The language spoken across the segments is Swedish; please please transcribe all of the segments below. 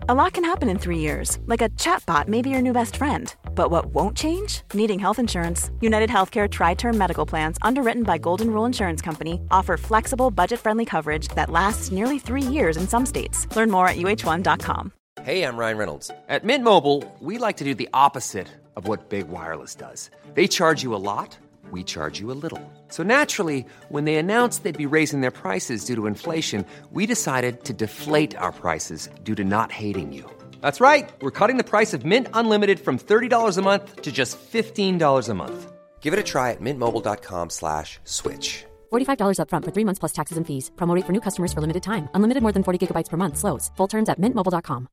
A lot can happen in 3 years, like a chatbot may be your new best friend. But what won't change? Needing health insurance. United Healthcare Tri-Term Medical Plans, underwritten by Golden Rule Insurance Company, offer flexible, budget-friendly coverage that lasts nearly 3 years in some states. Learn more at uh1.com. Hey, I'm Ryan Reynolds. At Mint Mobile, we like to do the opposite of what Big Wireless does. They charge you a lot, we charge you a little. So naturally, when they announced they'd be raising their prices due to inflation, we decided to deflate our prices due to not hating you. That's right. We're cutting the price of Mint Unlimited from $30 a month to just $15 a month. Give it a try at mintmobile.com/switch. $45 up front for 3 months plus taxes and fees. Promo rate for new customers for limited time. Unlimited more than 40 gigabytes per month. Slows full terms at mintmobile.com.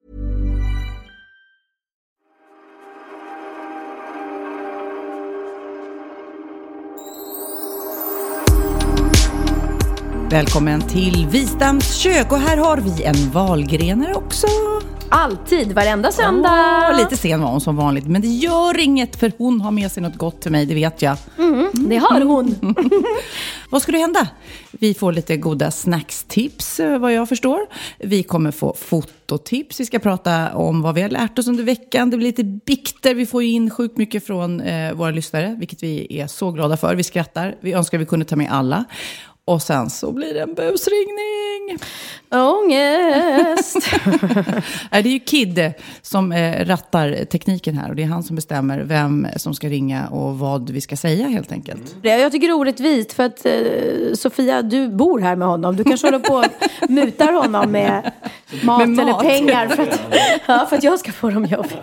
Välkommen till Wistams kök, och här har vi en valgrenare också. Alltid, varenda söndag. Lite sen var hon som vanligt, men det gör inget, för hon har med sig något gott till mig, det vet jag. Det har hon. Vad ska det hända? Vi får lite goda snackstips, vad jag förstår. Vi kommer få fototips. Vi ska prata om vad vi har lärt oss under veckan. Det blir lite bikter. Vi får in sjukt mycket från våra lyssnare, vilket vi är så glada för. Vi skrattar. Vi önskar vi kunde ta med alla. Och sen så blir det en busringning. Ångest. Det är ju Kid som rattar tekniken här. Och det är han som bestämmer vem som ska ringa och vad vi ska säga, helt enkelt. Jag tycker det är orättvist för att Sofia, du bor här med honom. Du kanske håller på och mutar honom med mat eller pengar för att jag ska få dem jobb.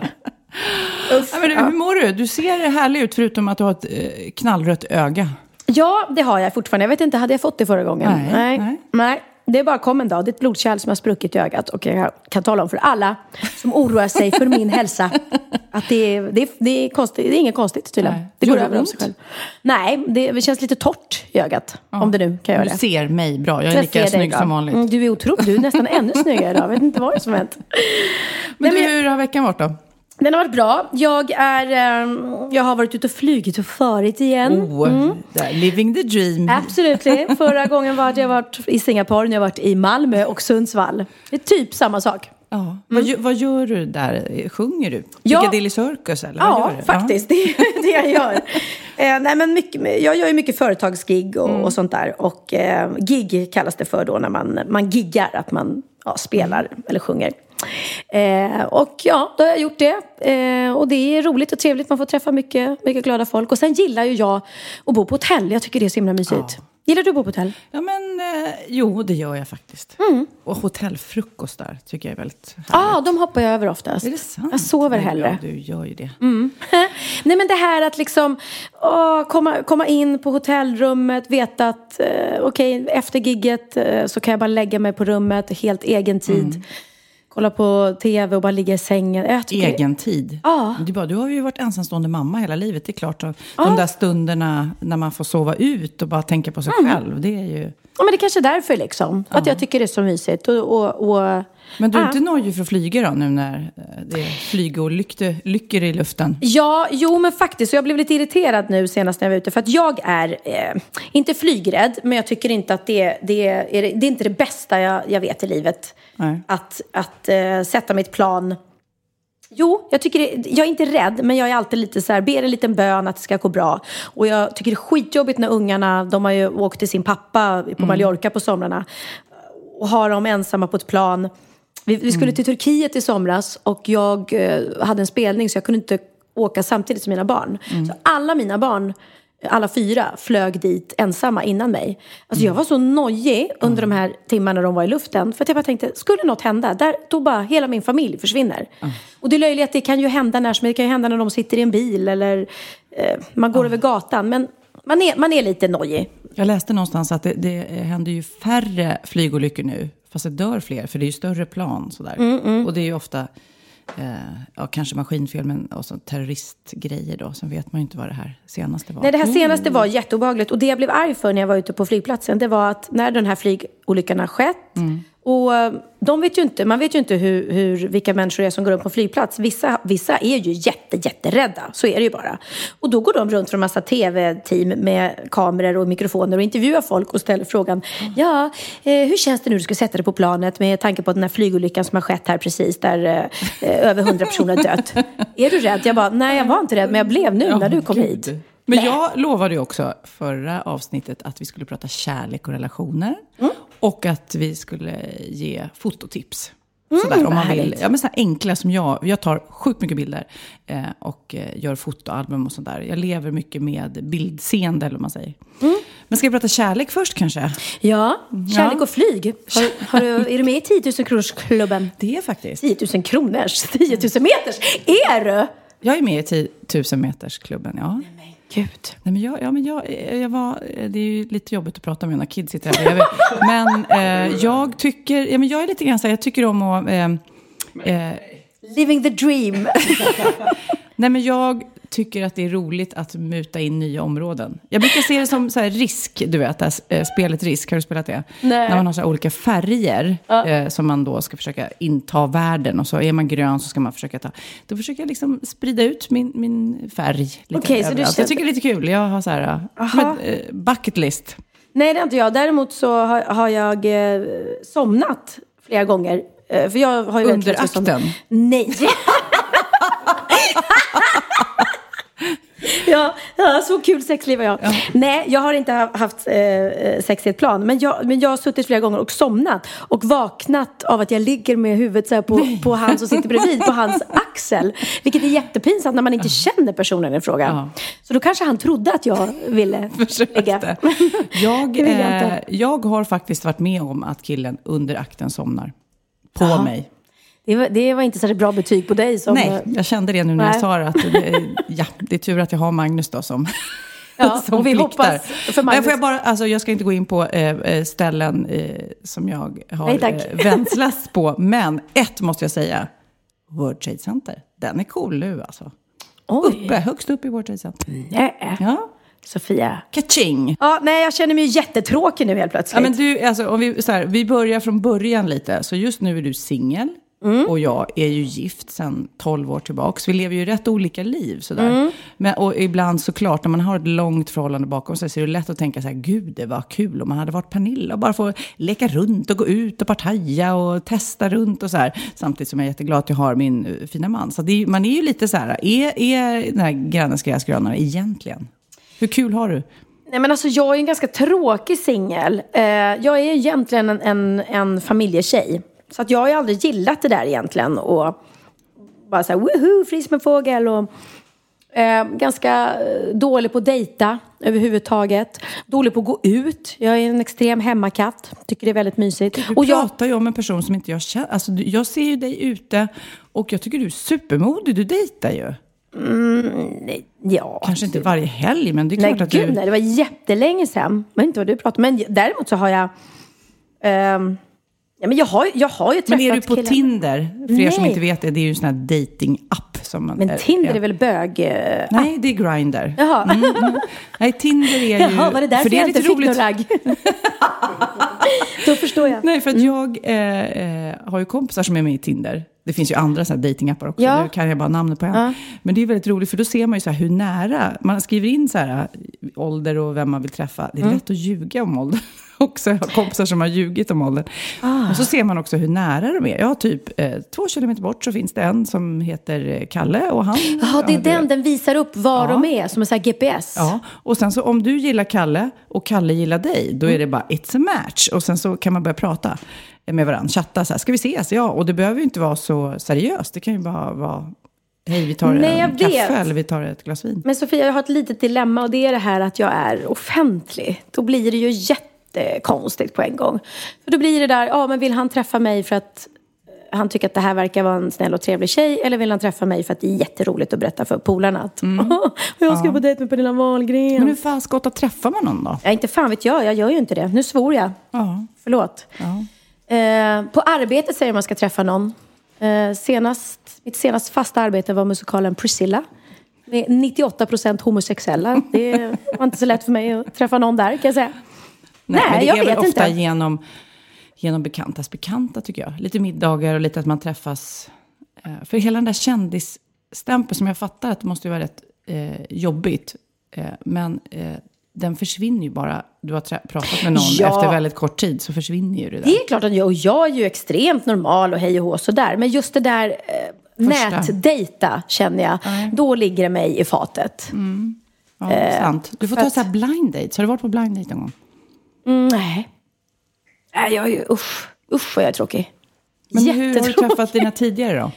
Hur mår du? Du ser härlig ut, förutom att du har ett knallrött öga. Ja, det har jag fortfarande. Jag vet inte, hade jag fått det förra gången? Nej. Det är bara kom en dag. Det är ett blodkärl som har spruckit i ögat. Och jag kan tala om för alla som oroar sig för min hälsa att det är konstigt. Det är inget konstigt tydligen. Nej. Det går över av sig själv. Nej, det känns lite torrt i ögat. Ja. Om det nu kan göra det. Du ser mig bra. Jag är lika snygg som vanligt. Du är otrolig. Du är nästan ännu snyggare idag. Jag vet inte vad det är som hänt. Men hur har veckan varit då? Den har varit bra. Jag har varit ute och flugit och farit igen. Living the dream. Absolut. Förra gången var jag varit i Singapore, nu har jag varit i Malmö och Sundsvall. Det är typ samma sak. Ja. Vad gör du där? Sjunger du? Piccadilly Circus eller vad gör du? Faktiskt. Det är det jag gör. Nej, men jag gör ju mycket företagsgig och sånt där. Och gig kallas det för då när man giggar, att man spelar eller sjunger. Och ja, då har jag gjort det. Och det är roligt och trevligt. Man får träffa mycket glada folk. Och sen gillar ju jag att bo på hotell. Jag tycker det är så himla mysigt. Ja. Gillar du att bo på hotell? Ja, men jo, det gör jag faktiskt. Och hotellfrukostar tycker jag är väldigt härligt. Ja, de hoppar jag över oftast. Är det sant? Jag sover hellre. Ja, du gör ju det. Nej, men det här att liksom komma in på hotellrummet, veta att efter gigget så kan jag bara lägga mig på rummet, helt egen tid. Kolla på tv och bara ligga i sängen. Egen tid? Ja. Du har ju varit ensamstående mamma hela livet. Det är klart. De där stunderna när man får sova ut och bara tänka på sig själv. Det är ju... Ja, men det är kanske därför liksom. Att jag tycker det är så mysigt. Men du är inte nöjd för att flyga då nu när det är flyg och lyckor i luften? Ja, men faktiskt. Så jag blev lite irriterad nu senast när jag var ute. För att jag är inte flygrädd. Men jag tycker inte att det är inte det bästa jag vet i livet. Nej. Att sätta mitt plan. Jo, jag är inte rädd, men jag är alltid lite så här, ber en liten bön att det ska gå bra. Och jag tycker det är skitjobbigt när ungarna, de har ju åkt till sin pappa på Mallorca på somrarna. Och har dem ensamma på ett plan. Vi skulle till Turkiet i somras och jag hade en spelning så jag kunde inte åka samtidigt som mina barn. Så alla mina barn, alla 4, flög dit ensamma innan mig. Alltså jag var så nojig under de här timmarna de var i luften. För att jag bara tänkte, skulle något hända? Då bara hela min familj försvinner. Och det är löjligt att det kan ju hända när som helst. Det kan ju hända när de sitter i en bil eller man går över gatan. Men man är lite nojig. Jag läste någonstans att det händer ju färre flygolyckor nu. Fast det dör fler, för det är ju större plan. Sådär. Och det är ju ofta kanske maskinfel och så terroristgrejer då. Sen vet man ju inte vad det här senaste var. Nej, det här senaste var jätteobehagligt. Och det jag blev arg för när jag var ute på flygplatsen, det var att när den här flygolyckan har skett Och man vet ju inte vilka människor det är som går runt på flygplats. Vissa är ju jätterädda, så är det ju bara. Och då går de runt för en massa tv-team med kameror och mikrofoner och intervjuar folk och ställer frågan, hur känns det nu du ska sätta dig på planet med tanke på den här flygolyckan som har skett här precis där över 100 personer dött. Är du rädd? Jag bara, nej jag var inte rädd men jag blev nu när du kom hit. Men jag lovade ju också förra avsnittet att vi skulle prata kärlek och relationer. Och att vi skulle ge fototips. Sådär, om man vill. Ja, men så här enkla som jag tar sjukt mycket bilder. Och gör fotoalbum och sådär. Jag lever mycket med bildseende eller vad man säger. Men ska vi prata kärlek först kanske? Ja, kärlek och flyg. Är du med i 10 000 kronors klubben? Det är faktiskt. 10 000 kronors, 10 000 meters. Är du? Jag är med i 10 000 meters klubben, ja. Gud. Nej, men jag var, det är ju lite jobbigt att prata med när kids sitter här bredvid. Men jag tycker, men jag är lite grann så här, jag tycker om att living the dream. Nej, men jag tycker att det är roligt att muta in nya områden. Jag brukar se det som så här risk, du vet, spelet risk. Har du spelat det? Nej. När man har så här olika färger som man då ska försöka inta världen. Och så är man grön så ska man försöka då försöker jag liksom sprida ut min färg lite. Okej, så du jag tycker det är lite kul. Jag har så här bucket list. Nej, det är inte jag. Däremot så har jag somnat flera gånger. För jag har ju under akten? Nej. Ja, så kul sexliv var jag. Ja. Nej, jag har inte haft sex i ett plan. Men jag har suttit flera gånger och somnat. Och vaknat av att jag ligger med huvudet så här på han som sitter bredvid, på hans axel. Vilket är jättepinsamt när man inte känner personen i fråga. Ja. Så då kanske han trodde att jag ville ligga. Jag har faktiskt varit med om att killen under akten somnar på mig. Det var inte så bra betyg på dig. Nej, jag kände det nu när jag sa det. Att det är tur att jag har Magnus då som som och vi hoppas för Magnus. Jag ska inte gå in på ställen som jag har vänslas på. Men ett måste jag säga. World Trade Center. Den är cool nu alltså. Högst upp i World Trade Center. Nej. Ja. Sofia. Kaching. Ja, nej, jag känner mig jättetråkig nu helt plötsligt. Ja, men du, alltså, om vi börjar från början lite. Så just nu är du singel. Och jag är ju gift sedan 12 år tillbaka. Vi lever ju rätt olika liv sådär. Men, och ibland såklart när man har ett långt förhållande bakom sig så är det lätt att tänka så här: gud, det var kul om man hade varit Pernilla och bara få leka runt och gå ut och partaja och testa runt och så här. Samtidigt som jag är jätteglad att jag har min fina man. Så man är ju lite så här, är den här grannens gräsgrönare egentligen? Hur kul har du? Nej, men alltså jag är en ganska tråkig singel. Jag är egentligen en familjetjej. Så att jag har ju aldrig gillat det där egentligen. Och bara så här, woohoo, fri som en fågel. Och ganska dålig på att dejta överhuvudtaget. Dålig på att gå ut. Jag är en extrem hemmakatt. Tycker det är väldigt mysigt. Du pratar ju om en person som inte jag känner. Alltså, jag ser ju dig ute och jag tycker du är supermodig. Du dejtar ju. Ja. Kanske inte varje helg, men det är klart att Nej, det var jättelänge sedan. Men inte vad du pratar. Men däremot så har jag... Ja, men jag har ju träffat. Men är du på Tinder? För er som inte vet det är ju en sån här dating-app som man... Men Tinder är väl bög? Nej, det är Grindr. Jaha. Nej, Tinder är ju... Jaha, var det därför jag inte fick någon ragg? Då förstår jag. Nej, för att jag har ju kompisar som är med i Tinder. Det finns ju andra så här datingappar också. Nu kan jag bara namnet på en. Ja. Men det är väldigt roligt för då ser man ju så här hur nära. Man skriver in så här ålder och vem man vill träffa. Det är lätt att ljuga om ålder. Också jag har kompisar som har ljugit om åldern. Och så ser man också hur nära de är. Jag har typ 2 kilometer bort så finns det en som heter Kalle. Och han... Ja, det är den visar upp var de är som en sån här GPS. Ja, och sen så om du gillar Kalle och Kalle gillar dig. Då är det bara it's a match. Och sen så kan man börja prata med varandra. Chatta så här, ska vi ses? Ja, och det behöver ju inte vara så seriöst. Det kan ju bara vara... Hej, vi tar en kaffe eller vi tar ett glas vin. Men Sofia, jag har ett litet dilemma och det är det här att jag är offentlig. Då blir det ju jättekonstigt på en gång. För då blir det där, men vill han träffa mig för att han tycker att det här verkar vara en snäll och trevlig tjej, eller vill han träffa mig för att det är jätteroligt att berätta för polarna att jag ska på dejt med Pernilla Wahlgren. Men hur fan ska att träffa man någon då? Ja, inte fan vet jag gör ju inte det. Nu svor jag. Förlåt. På arbetet säger man ska träffa någon. Mitt senaste fasta arbete var musikalen Priscilla. Med 98% homosexuella. Det var inte så lätt för mig att träffa någon där, kan jag säga. Nej, men det jag är väl vet ofta inte. genom bekanta tycker jag. Lite middagar och lite att man träffas. För hela den där kändisstämpeln som jag fattar att det måste ju vara rätt jobbigt. Men den försvinner ju bara. Du har pratat med någon efter väldigt kort tid så försvinner ju det där. Det är klart att jag är ju extremt normal och hej och hå sådär. Men just det där nätdejta känner jag. Då ligger det mig i fatet. Ja, sant. Du får ta så här blind dates. Har du varit på blind date någon gång? Nej. Nej, jag är ju usch vad jag är tråkig. Men hur har du träffat dina tidigare då?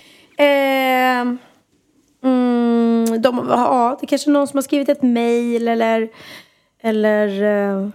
Det är kanske någon som har skrivit ett mejl eller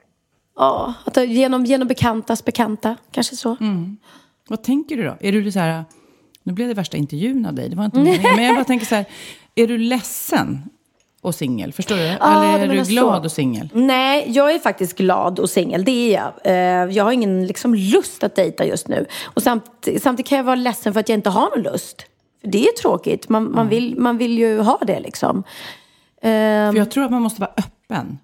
att genom bekantas bekanta, kanske så. Vad tänker du då? Är du så här, nu blev det värsta intervjun av dig, det var inte meningen, men jag bara tänker så här, är du ledsen och singel, förstår du? Eller är du glad och singel? Nej, jag är faktiskt glad och singel, det är jag. Jag har ingen liksom lust att dejta just nu. Och samtidigt kan jag vara ledsen för att jag inte har någon lust. För det är tråkigt, man vill ju ha det liksom. För jag tror att man måste vara öppen.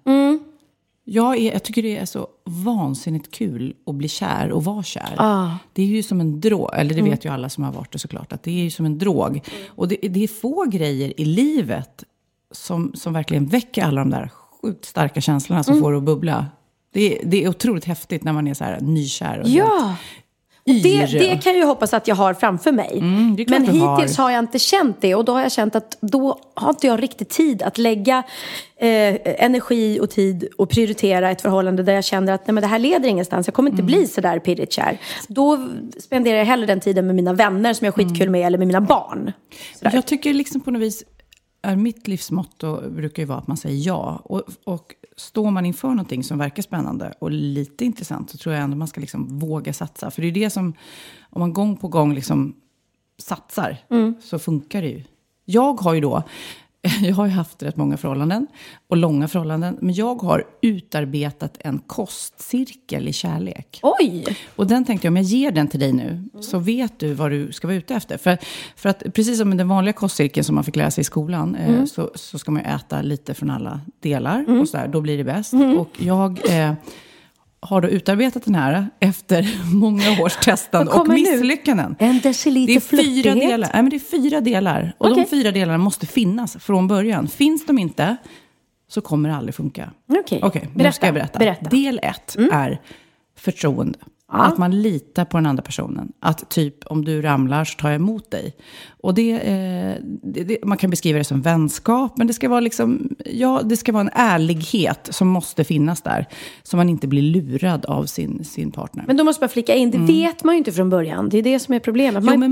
Jag tycker det är så vansinnigt kul att bli kär och vara kär. Det är ju som en drog, eller det vet ju alla som har varit det såklart, att det är ju som en drog. Och det är få grejer i livet som verkligen väcker alla de där sjukt starka känslorna som får att bubbla. Det är otroligt häftigt när man är så här nykär. Och det kan jag ju hoppas att jag har framför mig. Men hittills har jag inte känt det. Och då har jag känt att då har inte jag riktigt tid att lägga energi och tid och prioritera ett förhållande där jag känner att nej, men det här leder ingenstans. Jag kommer inte bli så där pirrigt kär. Då spenderar jag hellre den tiden med mina vänner som jag har skitkul med eller med mina barn. Jag tycker liksom på något vis mitt livsmotto brukar ju vara att man säger ja. Och står man inför någonting som verkar spännande och lite intressant så tror jag ändå man ska liksom våga satsa. För det är det som, om man gång på gång liksom satsar så funkar det ju. Jag har ju haft rätt många förhållanden och långa förhållanden. Men jag har utarbetat en kostcirkel i kärlek. Oj! Och den tänkte jag, om jag ger den till dig nu så vet du vad du ska vara ute efter. För att precis som med den vanliga kostcirkeln som man fick lära sig i skolan så ska man ju äta lite från alla delar. Och så där, då blir det bäst. Och jag har då utarbetat den här efter många års testande och misslyckanden. En deciliter fluttighet. Det är 4 delar. Och de 4 delarna måste finnas från början. Finns de inte så kommer det aldrig funka. Okej, nu ska jag berätta. Del 1 är förtroende. Att man litar på den andra personen. Att typ om du ramlar så tar jag emot dig. Och man kan beskriva det som vänskap. Men det ska vara liksom, det ska vara en ärlighet som måste finnas där. Så man inte blir lurad av sin partner. Men då måste man flika in, det vet man ju inte från början. Det är det som är problemet. Det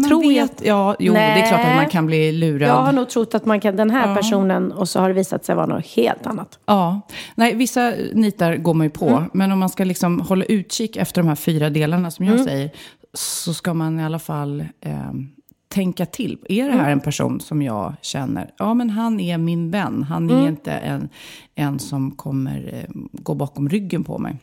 är klart att man kan bli lurad. Jag har nog trott att man kan den här personen och så har det visat sig vara något helt annat. Ja, nej, vissa nitar går man ju på. Men om man ska liksom hålla utkik efter de här 4 delarna som jag säger, så ska man i alla fall tänka till. Är det här en person som jag känner? Ja, men han är min vän. Han är inte en som kommer gå bakom ryggen på mig.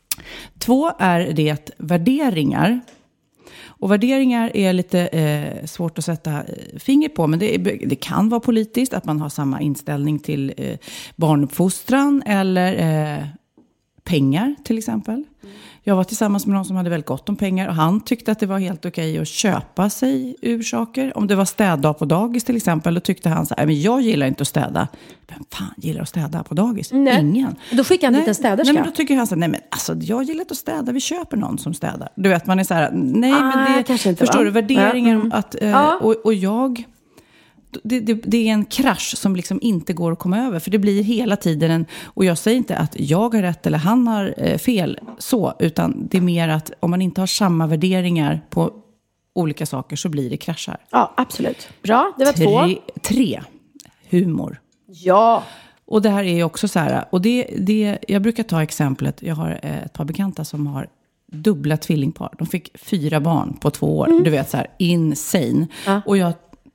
2 är det värderingar. Och värderingar är lite svårt att sätta finger på. Men det kan vara politiskt, att man har samma inställning till barnuppfostran eller pengar till exempel. Jag var tillsammans med någon som hade väldigt gott om pengar och han tyckte att det var helt okej att köpa sig ur saker. Om det var städdag på dagis till exempel, då tyckte han så här, men jag gillar inte att städa. Vem fan gillar att städa på dagis? Nej. Ingen. Då skickar han dit en städerska. Nej, men då tycker han så här, nej men alltså jag gillar inte att städa, vi köper någon som städar. Du vet, man är så här, nej men det kanske inte, förstår du, värderingar ja. att, och jag... Det är en krasch som liksom inte går att komma över. För det blir hela tiden och jag säger inte att jag har rätt eller han har fel så, utan det är mer att om man inte har samma värderingar på olika saker så blir det kraschar. Ja, absolut. Bra, det var 2. 3. Humor. Ja. Och det här är ju också så här, och jag brukar ta exemplet, jag har ett par bekanta som har dubbla tvillingpar. De fick 4 barn på 2 år. Du vet så här, insane. Och jag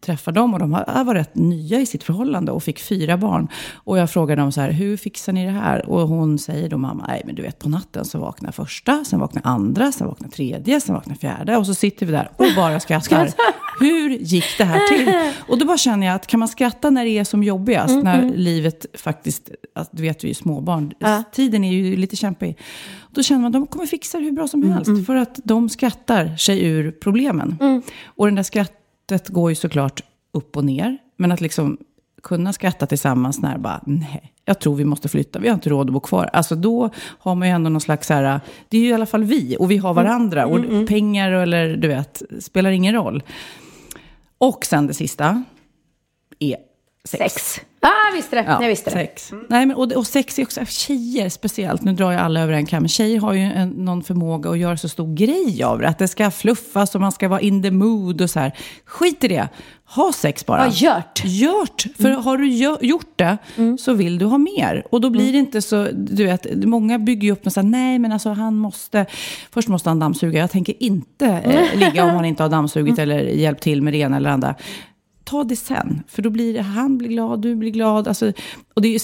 träffar dem och de var rätt nya i sitt förhållande och fick 4 barn. Och jag frågar dem så här, hur fixar ni det här? Och hon säger då, mamma, nej men du vet, på natten så vaknar första, sen vaknar andra, sen vaknar tredje, sen vaknar fjärde. Och så sitter vi där och bara skrattar. Hur gick det här till? Och då bara känner jag att kan man skratta när det är som jobbigast? När livet faktiskt, du vet vi ju småbarn, tiden är ju lite kämpig. Då känner man att de kommer fixa det hur bra som helst. För att de skrattar sig ur problemen. Och den där skrattet går ju såklart upp och ner. Men att liksom kunna skratta tillsammans när bara, nej, jag tror vi måste flytta. Vi har inte råd att bo kvar. Alltså då har man ju ändå någon slags så här, det är ju i alla fall vi. Och vi har varandra. Och pengar eller du vet, spelar ingen roll. Och sen det sista är sex. Jag visste det. Ja, jag visste det. Sex. Nej, men, och sex är också tjejer speciellt. Nu drar jag alla över en kam. Tjejer har ju någon förmåga att göra så stor grej av det. Att det ska fluffas och man ska vara in the mood och så här. Skit i det. Ha sex bara. Gjort. För har du gjort det så vill du ha mer. Och då blir det inte så, du vet, många bygger ju upp och säger nej men alltså först måste han dammsuga. Jag tänker inte ligga om han inte har dammsugit eller hjälpt till med det ena eller andra. Ta det sen, för då blir det, han blir glad, du blir glad. Alltså, och det är ju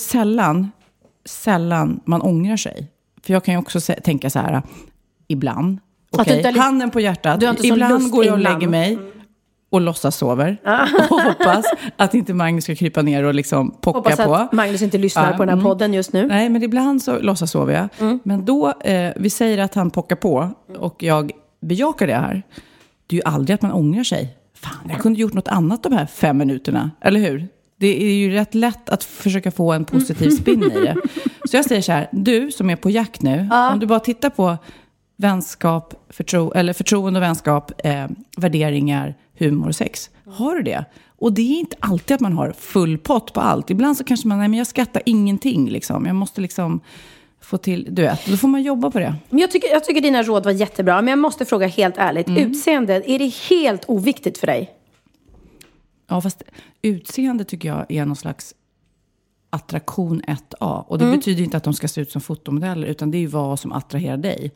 sällan man ångrar sig. För jag kan ju också tänka så här, ibland, handen på hjärtat, ibland går jag och lägger mig och låtsas sover. Och hoppas att inte Magnus ska krypa ner och liksom pocka på. Hoppas att Magnus inte lyssnar på den här podden just nu. Nej, men ibland så låtsas sover jag. Men då, vi säger att han pockar på och jag bejakar det här. Det är ju aldrig att man ångrar sig. Fan, jag kunde gjort något annat de här 5 minuterna. Eller hur? Det är ju rätt lätt att försöka få en positiv spin i det. Så jag säger så här, du som är på jakt nu. Om du bara tittar på vänskap, förtroende och vänskap, värderingar, humor och sex. Har du det? Och det är inte alltid att man har full pott på allt. Ibland så kanske man, nej men jag skattar ingenting liksom. Jag måste liksom få till, du vet, då får man jobba på det. Men jag tycker dina råd var jättebra. Men jag måste fråga helt ärligt. Utseende, är det helt oviktigt för dig? Ja, fast utseende tycker jag är någon slags attraktion 1A. Och det betyder inte att de ska se ut som fotomodeller. Utan det är ju vad som attraherar dig.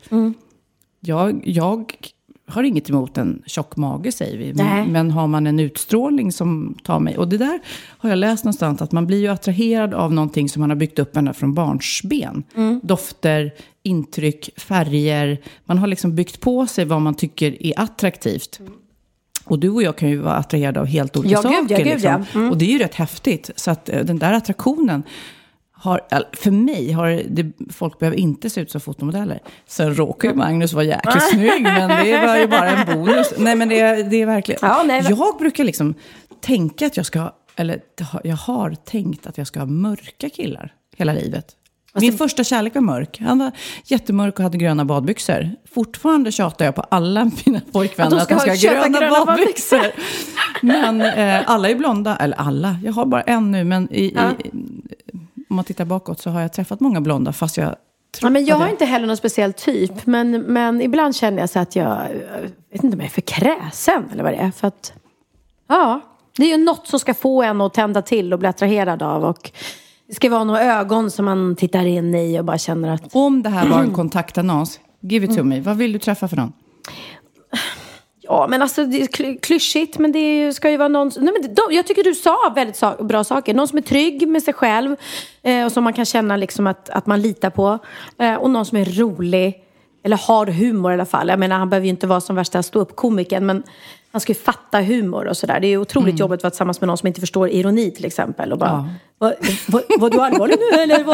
Jag har inget emot en tjock mage, säger vi. Men har man en utstrålning som tar mig. Och det där har jag läst någonstans. Att man blir ju attraherad av någonting som man har byggt upp ända från barnsben. Dofter, intryck, färger. Man har liksom byggt på sig vad man tycker är attraktivt. Och du och jag kan ju vara attraherade av helt olika saker. Liksom. Och det är ju rätt häftigt. Så att den där attraktionen för mig folk behöver inte se ut som fotomodeller. Sen råkar ju Magnus vara jäkligt snygg, men det var ju bara en bonus. Nej, men det är verkligen. Jag brukar liksom tänka att jag har tänkt att jag ska ha mörka killar hela livet. Min första kärlek var mörk. Han var jättemörk och hade gröna badbyxor. Fortfarande tjatar jag på alla mina pojkvänner att de ska ha gröna badbyxor. Men alla är blonda. Eller alla, jag har bara en nu. Men om man tittar bakåt så har jag träffat många blonda. Fast jag har inte heller någon speciell typ. Men ibland känner jag så att jag vet inte om jag är för kräsen eller vad det är. För att, det är ju något som ska få en att tända till och bli attraherad av. Och det ska vara några ögon som man tittar in i och bara känner att... Om det här var en kontaktannons, give it to me. Vad vill du träffa för någon? Ja, men alltså det är klyschigt, men det ska ju vara någon... Nej, men jag tycker du sa väldigt bra saker. Någon som är trygg med sig själv och som man kan känna liksom att man litar på. Och någon som är rolig, eller har humor i alla fall. Jag menar, han behöver ju inte vara som värsta ståuppkomikern, men han ska ju fatta humor och sådär. Det är ju otroligt jobbigt att vara tillsammans med någon som inte förstår ironi till exempel. Och bara, var du allvarlig nu eller?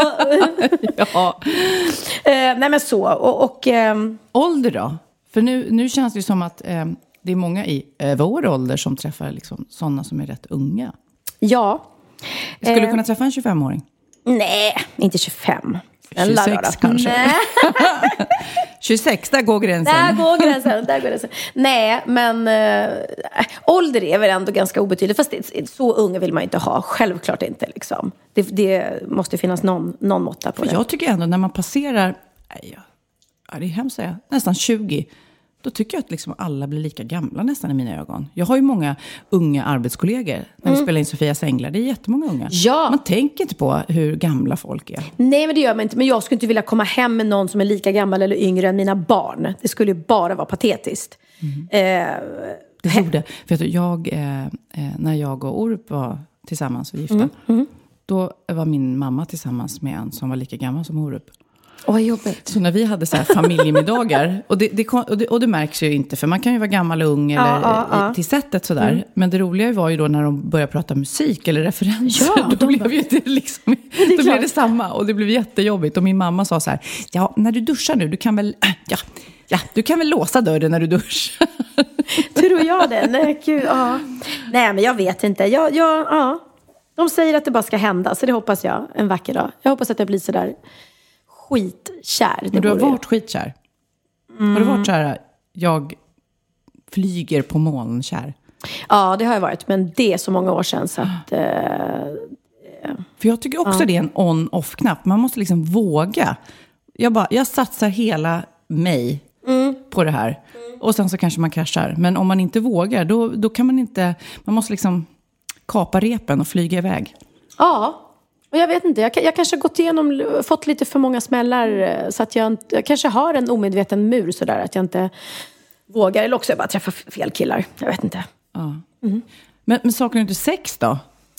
Nej men så. Ålder då? För nu känns det ju som att det är många i vår ålder som träffar liksom sådana som är rätt unga. Ja. Skulle du kunna träffa en 25-åring? Nej, inte 25. 26 kanske. Nej. 26, där går gränsen. Där går gränsen. Nej, men ålder är väl ändå ganska obetydligt. Fast så unga vill man inte ha. Självklart inte liksom. Det måste finnas någon måtta på det. Jag tycker ändå när man passerar, det är hemskt att säga, nästan 20. Då tycker jag att liksom alla blir lika gamla nästan i mina ögon. Jag har ju många unga arbetskollegor när vi spelar in Sofias Änglar. Det är jättemånga unga. Ja. Man tänker inte på hur gamla folk är. Nej, men det gör man inte. Men jag skulle inte vilja komma hem med någon som är lika gammal eller yngre än mina barn. Det skulle ju bara vara patetiskt. Det gjorde. För jag, när jag och Orup var tillsammans och gifta, då var min mamma tillsammans med en som var lika gammal som Orup. Vad jobbigt. Så när vi hade så här familjemiddagar, och det märks ju inte, för man kan ju vara gammal och ung eller till sättet sådär. Men det roliga var ju då när de började prata musik eller referenser. Ja, då blev ju det liksom, då blev det samma, och det blev jättejobbigt. Och min mamma sa så här: ja, när du duschar nu, du kan väl du kan väl låsa dörren när du duschar. Tror jag det? Nej, gud, Nej, men jag vet inte. De säger att det bara ska hända, så det hoppas jag en vacker dag. Jag hoppas att jag blir så där skitkär. Men du har varit skitkär? Har du varit så här, jag flyger på molnkär? Ja, det har jag varit, men det är så många år sedan så att... För jag tycker också det är en on-off-knapp. Man måste liksom våga. Jag satsar hela mig på det här. Och sen så kanske man kraschar. Men om man inte vågar, då kan man inte... Man måste liksom kapa repen och flyga iväg. Ja, och jag vet inte. Jag kanske har gått igenom, fått lite för många smällar. Så att jag kanske har en omedveten mur sådär. Att jag inte vågar. Eller också jag bara träffar fel killar. Jag vet inte. Ja. Men saknar du inte sex då?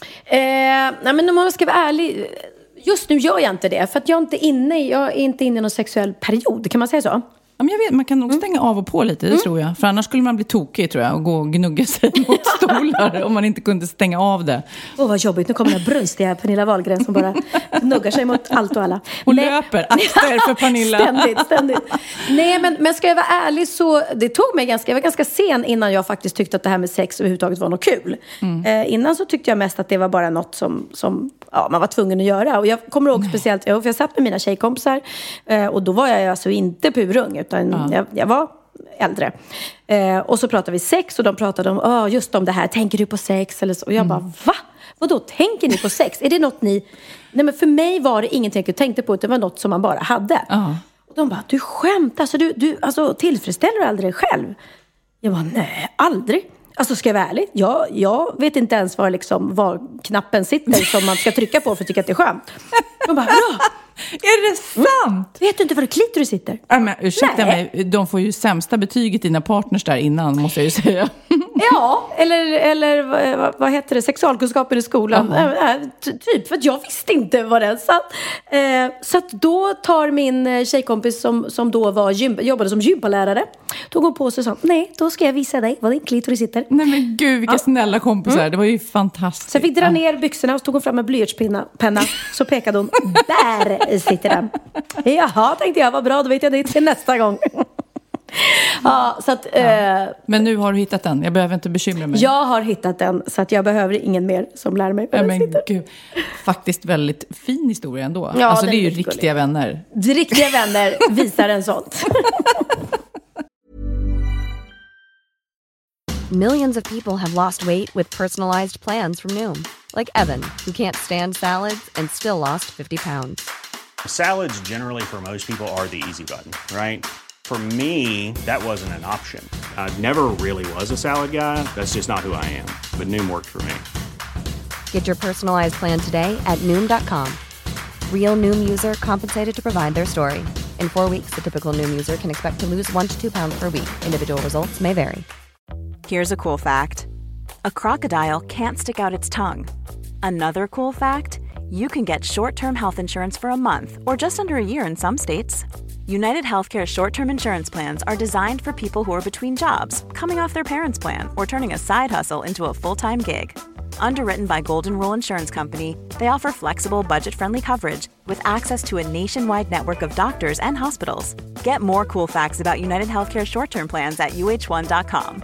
Nej, men om man ska vara ärlig... Just nu gör jag inte det. För att jag är inte inne i någon sexuell period. Kan man säga så? Ja, men jag vet, man kan nog stänga av och på lite, det tror jag. För annars skulle man bli tokig, tror jag, och gå och gnugga sig mot stolar om man inte kunde stänga av det. Vad jobbigt, nu kommer den brunstiga Pernilla Wahlgren som bara gnuggar sig mot allt och alla. Hon löper, akta er för Pernilla. Ständigt. Nej, men ska jag vara ärlig så, det tog mig jag var ganska sen innan jag faktiskt tyckte att det här med sex överhuvudtaget var något kul. Innan så tyckte jag mest att det var bara något som man var tvungen att göra. Och jag kommer ihåg speciellt, för jag satt med mina tjejkompisar och då var jag alltså inte purung, utan jag var äldre. Och så pratade vi sex och de pratade om just om det här, tänker du på sex eller så? Och jag bara, va? Vadå, tänker ni på sex? Är det något ni... Nej, men för mig var det ingenting jag tänkte på, utan det var något som man bara hade. Och de bara, du skämtar, alltså, du alltså, tillfredsställer du aldrig dig själv? Jag bara, nej, aldrig. Alltså, ska jag vara ärlig? Jag vet inte ens var knappen sitter som man ska trycka på för att tycka att det är skönt. De bara, bra! Är det sant? Vet du inte var klitoris sitter? Ja, men ursäkta mig, de får ju sämsta betyget dina partners där innan, måste jag ju säga. Ja, eller vad heter det? Sexualkunskapen i skolan. Typ, för att jag visste inte vad det satt. Så att då tar min tjejkompis som då jobbade som gympalärare, tog hon på sig och sa, nej, då ska jag visa dig vad din klitoris sitter. Nej men gud, vilka snälla kompisar. Det var ju fantastiskt. Så jag fick dra ner byxorna och tog hon fram en blyertspenna. Så pekade hon, där sitter den. Jaha, tänkte jag, vad bra, då vet jag det till nästa gång. Så att, men nu har du hittat den. Jag behöver inte bekymra mig. Jag har hittat den, så att jag behöver ingen mer som lär mig. Men gud, faktiskt väldigt fin historia ändå. Ja, alltså det är ju riktiga vänner. Riktiga vänner visar en sånt. Millions of people have lost weight with personalized plans from Noom. Like Evan, who can't stand salads and still lost 50 pounds. Salads generally for most people are the easy button, right? For me, that wasn't an option. I never really was a salad guy. That's just not who I am. But Noom worked for me. Get your personalized plan today at Noom.com. Real Noom user compensated to provide their story. In 4 weeks, the typical Noom user can expect to lose 1 to 2 pounds per week. Individual results may vary. Here's a cool fact. A crocodile can't stick out its tongue. Another cool fact, you can get short-term health insurance for a month or just under a year in some states. United Healthcare short-term insurance plans are designed for people who are between jobs, coming off their parents' plan, or turning a side hustle into a full-time gig. Underwritten by Golden Rule Insurance Company, they offer flexible, budget-friendly coverage with access to a nationwide network of doctors and hospitals. Get more cool facts about United Healthcare short-term plans at uh1.com.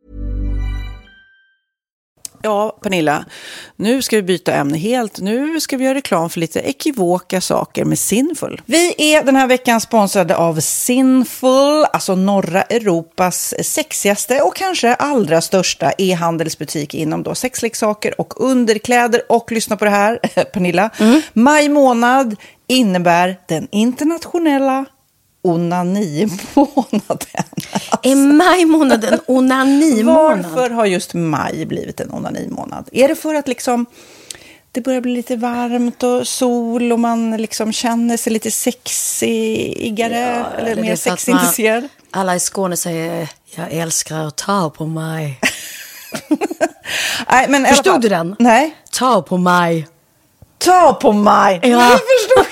Ja, Pernilla, nu ska vi byta ämne helt. Nu ska vi göra reklam för lite ekivoka saker med Sinful. Vi är den här veckan sponsrade av Sinful, alltså norra Europas sexigaste och kanske allra största e-handelsbutik inom då sexleksaker och underkläder. Och lyssna på det här, Pernilla. Maj månad innebär den internationella onanimånaden. Är maj månaden onanimånad? Varför har just maj blivit en onanimånad? Är det för att liksom det börjar bli lite varmt och sol och man liksom känner sig lite sexigare eller mer sexintresserad? Alla i Skåne säger Jag älskar att ta på mig. Nej, men Förstod du den? Nej. Ta på mig. Ta på mig. Ja. Jag förstår.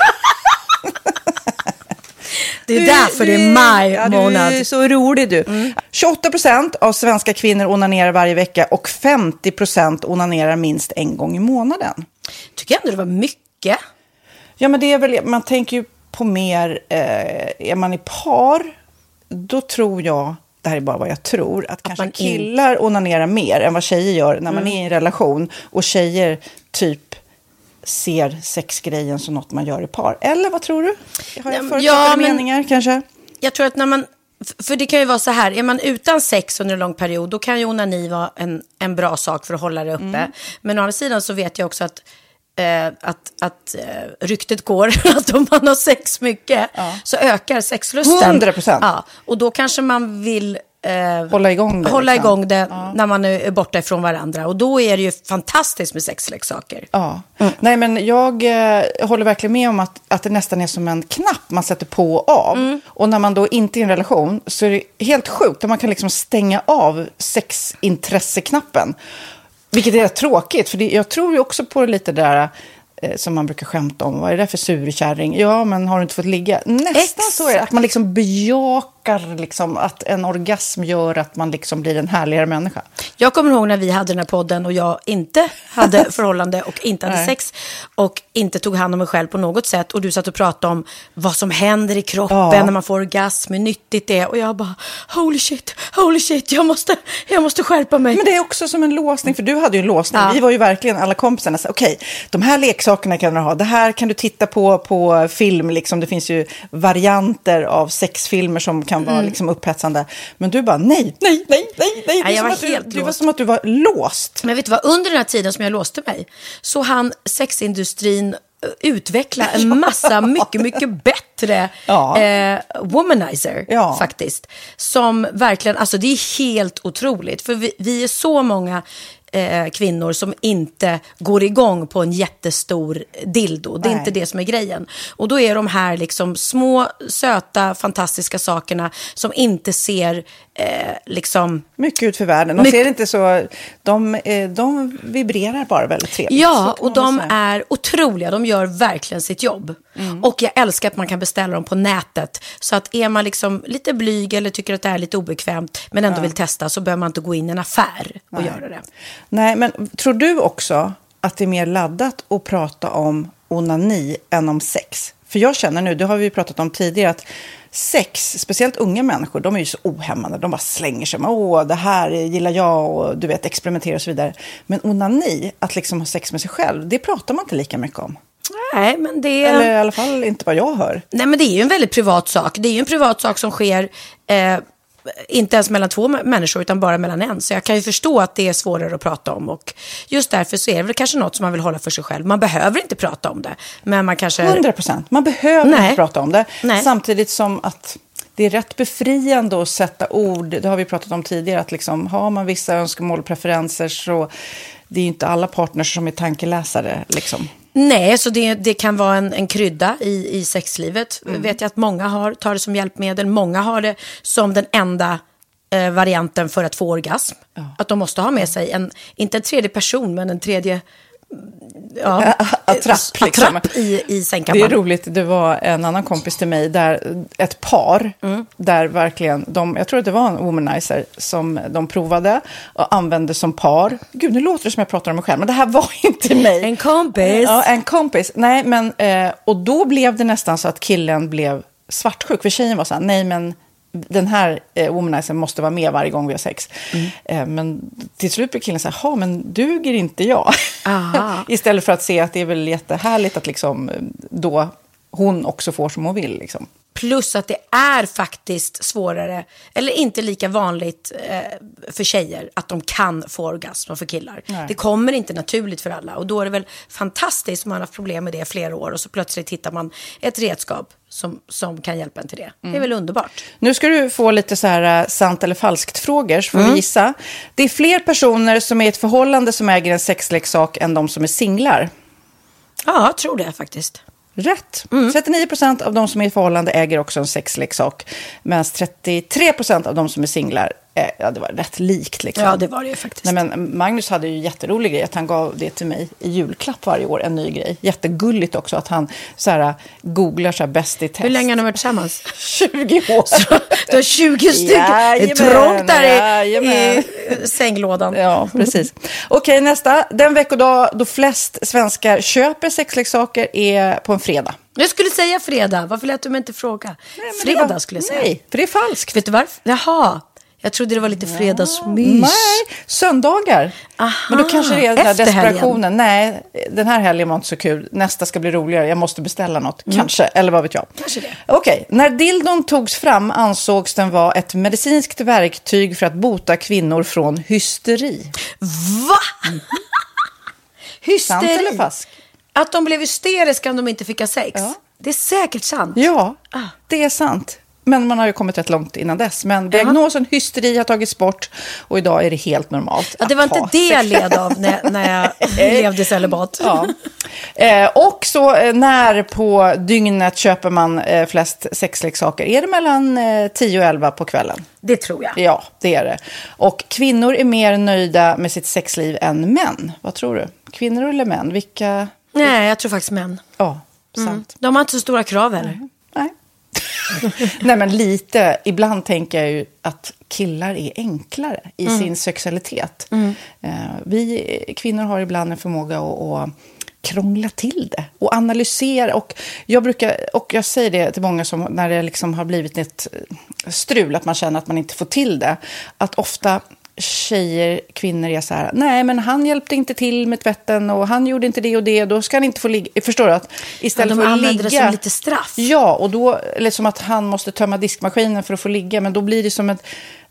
Det är därför det är maj månad. Du är så rolig du. 28% av svenska kvinnor onanerar varje vecka och 50% onanerar minst en gång i månaden. Tycker jag ändå det var mycket. Ja, men det är väl, man tänker ju på mer, är man i par, då tror jag, det här är bara vad jag tror, att kanske killar onanerar mer än vad tjejer gör när man är i en relation, och tjejer typ ser sexgrejen som något man gör i par. Eller vad tror du? Har jag förutsatta meningar kanske? Jag tror att när man, för det kan ju vara så här, är man utan sex under en lång period, då kan ju onani vara en bra sak för att hålla det uppe. Men å andra sidan så vet jag också att ryktet går att om man har sex mycket så ökar sexlusten. 100%. Ja, och då kanske man vill hålla igång det, när man är borta ifrån varandra. Och då är det ju fantastiskt med sexleksaker. Ja. Nej, men jag håller verkligen med om att det nästan är som en knapp man sätter på och av. Och när man då inte är i en relation så är det helt sjukt att man kan liksom stänga av sexintresseknappen. Vilket är tråkigt, för jag tror ju också på lite där som man brukar skämta om. Vad är det för surkärring? Ja, men har du inte fått ligga? Nästan så är det, att man liksom bejakar liksom att en orgasm gör att man liksom blir en härligare människa. Jag kommer ihåg när vi hade den här podden och jag inte hade förhållande och inte hade sex och inte tog hand om mig själv på något sätt, och du satt och pratade om vad som händer i kroppen när man får orgasm, hur nyttigt det är, och jag bara holy shit, jag måste skärpa mig. Men det är också som en låsning, för du hade ju en låsning. Vi var ju verkligen alla kompisarna. Okej, de här leksakerna kan du ha. Det här kan du titta på film. Liksom. Det finns ju varianter av sexfilmer som kan vara liksom upphetsande. Men du bara, nej. Det var som att du var låst. Men vet du vad, under den här tiden som jag låste mig så hann sexindustrin utveckla en massa mycket bättre womanizer faktiskt. Som verkligen, alltså det är helt otroligt. För vi är så många kvinnor som inte går igång på en jättestor dildo. Det är inte det som är grejen. Och då är de här liksom små, söta, fantastiska sakerna som inte ser liksom mycket ut för världen. De ser inte så, de vibrerar bara väldigt trevligt. Ja, och de är otroliga. De gör verkligen sitt jobb. Och jag älskar att man kan beställa dem på nätet. Så att är man liksom lite blyg eller tycker att det är lite obekvämt men ändå vill testa, så behöver man inte gå in i en affär och göra det. Nej, men tror du också att det är mer laddat att prata om onani än om sex? För jag känner nu, det har vi pratat om tidigare, att sex, speciellt unga människor, de är ju så ohämmade. De bara slänger sig med, det här gillar jag, och du vet, experimentera och så vidare. Men onani, att liksom ha sex med sig själv, det pratar man inte lika mycket om. Nej, men det Eller i alla fall inte vad jag hör. Nej, men det är ju en väldigt privat sak. Det är ju en privat sak som sker inte ens mellan två människor utan bara mellan en. Så jag kan ju förstå att det är svårare att prata om. Och just därför så är det väl kanske något som man vill hålla för sig själv. Man behöver inte prata om det. Men man kanske... 100%. Man behöver inte prata om det. Nej. Samtidigt som att det är rätt befriande att sätta ord. Det har vi pratat om tidigare. Att liksom, har man vissa önskemål och preferenser, så det är ju inte alla partners som är tankeläsare liksom. Nej, så det kan vara en krydda i sexlivet. Vet jag att många tar det som hjälpmedel. Många har det som den enda varianten för att få orgasm. Att de måste ha med sig inte en tredje person, men en tredje attrapp i sängkammaren. Det är roligt, det var en annan kompis till mig, där ett par, där verkligen, jag tror att det var en womanizer som de provade och använde som par. Gud, nu låter det som jag pratar om mig själv, men det här var inte mig. En kompis. Ja, en kompis. Nej, men, och då blev det nästan så att killen blev svartsjuk, för tjejen var så här, nej men den här womanizern måste vara med varje gång vi har sex. Men till slut blir killen så här, men duger inte jag? Istället för att se att det är väl jättehärligt att liksom, då hon också får som hon vill. Liksom. Plus att det är faktiskt svårare, eller inte lika vanligt för tjejer att de kan få orgasm för killar. Nej. Det kommer inte naturligt för alla. Och då är det väl fantastiskt om man har haft problem med det flera år och så plötsligt hittar man ett redskap som kan hjälpa en till det. Det är väl underbart. Nu ska du få lite så här sant eller falskt frågor, så får vi gissa. Det är fler personer som är i ett förhållande som äger en sexleksak än de som är singlar. Ja, jag tror det faktiskt. Rätt. 39% av de som är i förhållande äger också en sexleksak. Medan 33% av de som är singlar, ja, det var rätt likt. Liksom. Ja, det var det ju faktiskt. Nej, men Magnus hade ju jätterolig grej att han gav det till mig i julklapp varje år, en ny grej. Jättegulligt också att han så här, googlar så här bäst i test. Hur länge har ni varit tillsammans? 20 år. Så, du har 20 stycken. Det är trångt där i sänglådan. Ja, precis. Okej, nästa. Den veckodag då flest svenskar köper sexleksaker är på en fredag. Jag skulle säga fredag. Varför lät du mig inte fråga? Fredag skulle jag säga. Nej, för det är falskt. Vet du varför? Jaha. Jag trodde det var lite fredagsmys. Nej, söndagar. Aha, men då kanske det är den där desperationen. Helgen. Nej, den här helgen var inte så kul. Nästa ska bli roligare. Jag måste beställa något. Kanske, eller vad vet jag. Kanske det. Okej, när dildon togs fram ansågs den vara ett medicinskt verktyg för att bota kvinnor från hysteri. Va? Hysteri? Sant eller falskt? Att de blev hysteriska om de inte fick ha sex. Ja. Det är säkert sant. Ja, det är sant. Men man har ju kommit rätt långt innan dess. Men diagnosen hysteri har tagits bort och idag är det helt normalt. Ja, det var inte det jag led av när jag levde celibat. Ja. Och så när på dygnet köper man flest sexleksaker? Är det mellan 10 och 11 på kvällen? Det tror jag. Ja, det är det. Och kvinnor är mer nöjda med sitt sexliv än män. Vad tror du? Kvinnor eller män? Vilka? Nej, jag tror faktiskt män. Ja, sant. De har inte så stora krav eller? Nej. Nej, men lite. Ibland tänker jag ju att killar är enklare i sin sexualitet. Vi kvinnor har ibland en förmåga att krångla till det och analysera. Och jag säger det till många som när det liksom har blivit ett strul, att man känner att man inte får till det. Att ofta kvinnor är så här, nej men han hjälpte inte till med tvätten och han gjorde inte det och det, då ska han inte få ligga. Förstår du? Att istället för att ligga. De använder det som lite straff. Ja, och då är det som att han måste tömma diskmaskinen för att få ligga, men då blir det som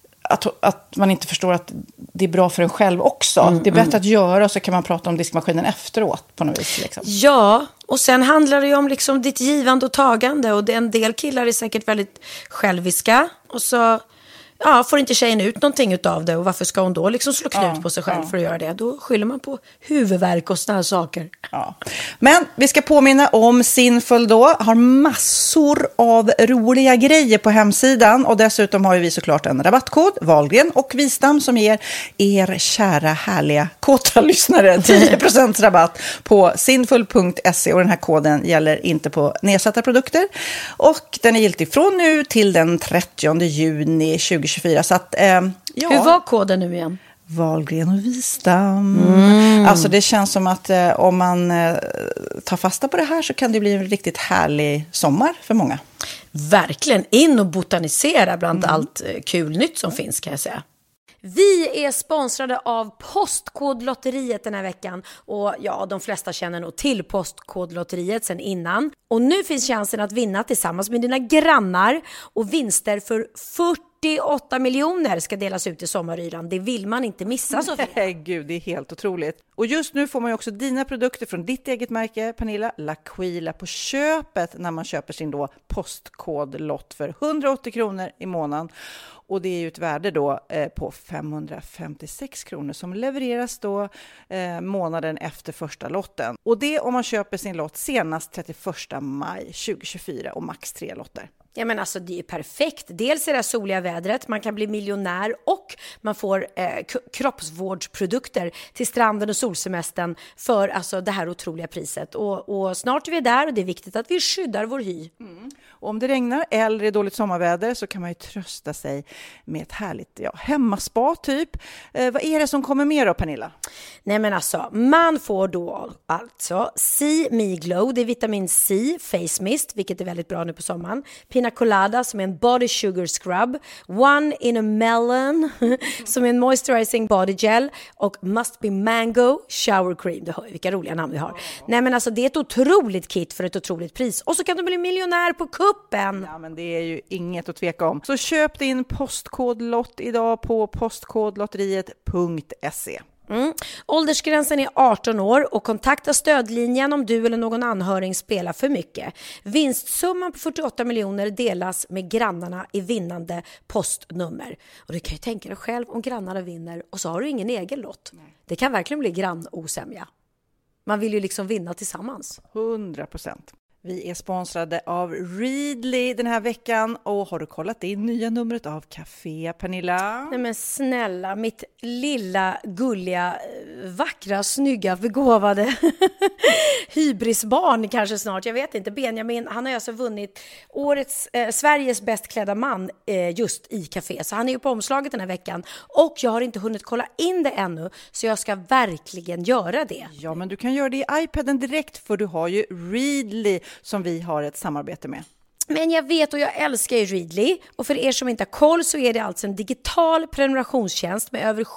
att man inte förstår att det är bra för en själv också. Det är bättre att göra och så kan man prata om diskmaskinen efteråt på något vis. Liksom. Ja, och sen handlar det ju om liksom ditt givande och tagande och en del killar är säkert väldigt själviska och så får inte tjejen ut någonting utav det och varför ska hon då liksom slå knut på sig själv för att göra det? Då skyller man på huvudvärk och såna här saker. Ja. Men vi ska påminna om Sinful då. Har massor av roliga grejer på hemsidan och dessutom har vi såklart en rabattkod, Wahlgren och Wistam, som ger er kära härliga kåta lyssnare 10% rabatt på sinful.se och den här koden gäller inte på nedsatta produkter och den är giltig från nu till den 30 juni 2024. Så att, hur var koden nu igen? Wahlgren och Wistam. Alltså det känns som att om man tar fasta på det här så kan det bli en riktigt härlig sommar för många. Verkligen, in och botanisera bland allt kul nytt som finns kan jag säga. Vi är sponsrade av Postkodlotteriet den här veckan och de flesta känner nog till Postkodlotteriet sedan innan. Och nu finns chansen att vinna tillsammans med dina grannar och vinster för 48 miljoner ska delas ut i sommaryran. Det vill man inte missa, Sofia. Nej, gud, det är helt otroligt. Och just nu får man ju också dina produkter från ditt eget märke, Pernilla, L'Aquila, på köpet när man köper sin då postkodlott för 180 kronor i månaden. Och det är ju ett värde då på 556 kronor som levereras då månaden efter första lotten. Och det om man köper sin lott senast 31 maj 2024 och max 3 lotter. Ja, men alltså det är perfekt. Dels är det soliga vädret, man kan bli miljonär och man får kroppsvårdsprodukter till stranden och solsemestern för alltså det här otroliga priset. Och snart är vi där och det är viktigt att vi skyddar vår hy. Och om det regnar eller är dåligt sommarväder så kan man ju trösta sig med ett härligt hemmaspa typ. Vad är det som kommer mer då, Pernilla? Nej, men alltså man får då alltså See Me Glow, det är vitamin C, face mist, vilket är väldigt bra nu på sommaren. Pina Colada som är en body sugar scrub, One in a Melon som är en moisturizing body gel och Must Be Mango shower cream. Du hör ju vilka roliga namn vi har. Nej, men alltså det är ett otroligt kit för ett otroligt pris och så kan du bli miljonär på kuppen. Ja, men det är ju inget att tveka om. Så köp din postkodlott idag på postkodlotteriet.se. Åldersgränsen är 18 år och kontakta stödlinjen om du eller någon anhörig spelar för mycket. Vinstsumman på 48 miljoner delas med grannarna i vinnande postnummer. Och du kan ju tänka dig själv om grannarna vinner och så har du ingen egen lott. Nej. Det kan verkligen bli grannosämja. Man vill ju liksom vinna tillsammans. 100%. Vi är sponsrade av Readly den här veckan. Och har du kollat in nya numret av Café, Pernilla? Nej men snälla, mitt lilla, gulliga, vackra, snygga, begåvade hybrisbarn kanske snart. Jag vet inte. Benjamin, han har alltså vunnit årets Sveriges bäst klädda man just i Café. Så han är ju på omslaget den här veckan. Och jag har inte hunnit kolla in det ännu. Så jag ska verkligen göra det. Ja, men du kan göra det i iPaden direkt, för du har ju Readly som vi har ett samarbete med. Men jag vet och jag älskar ju Readly. Och för er som inte har koll så är det alltså en digital prenumerationstjänst med över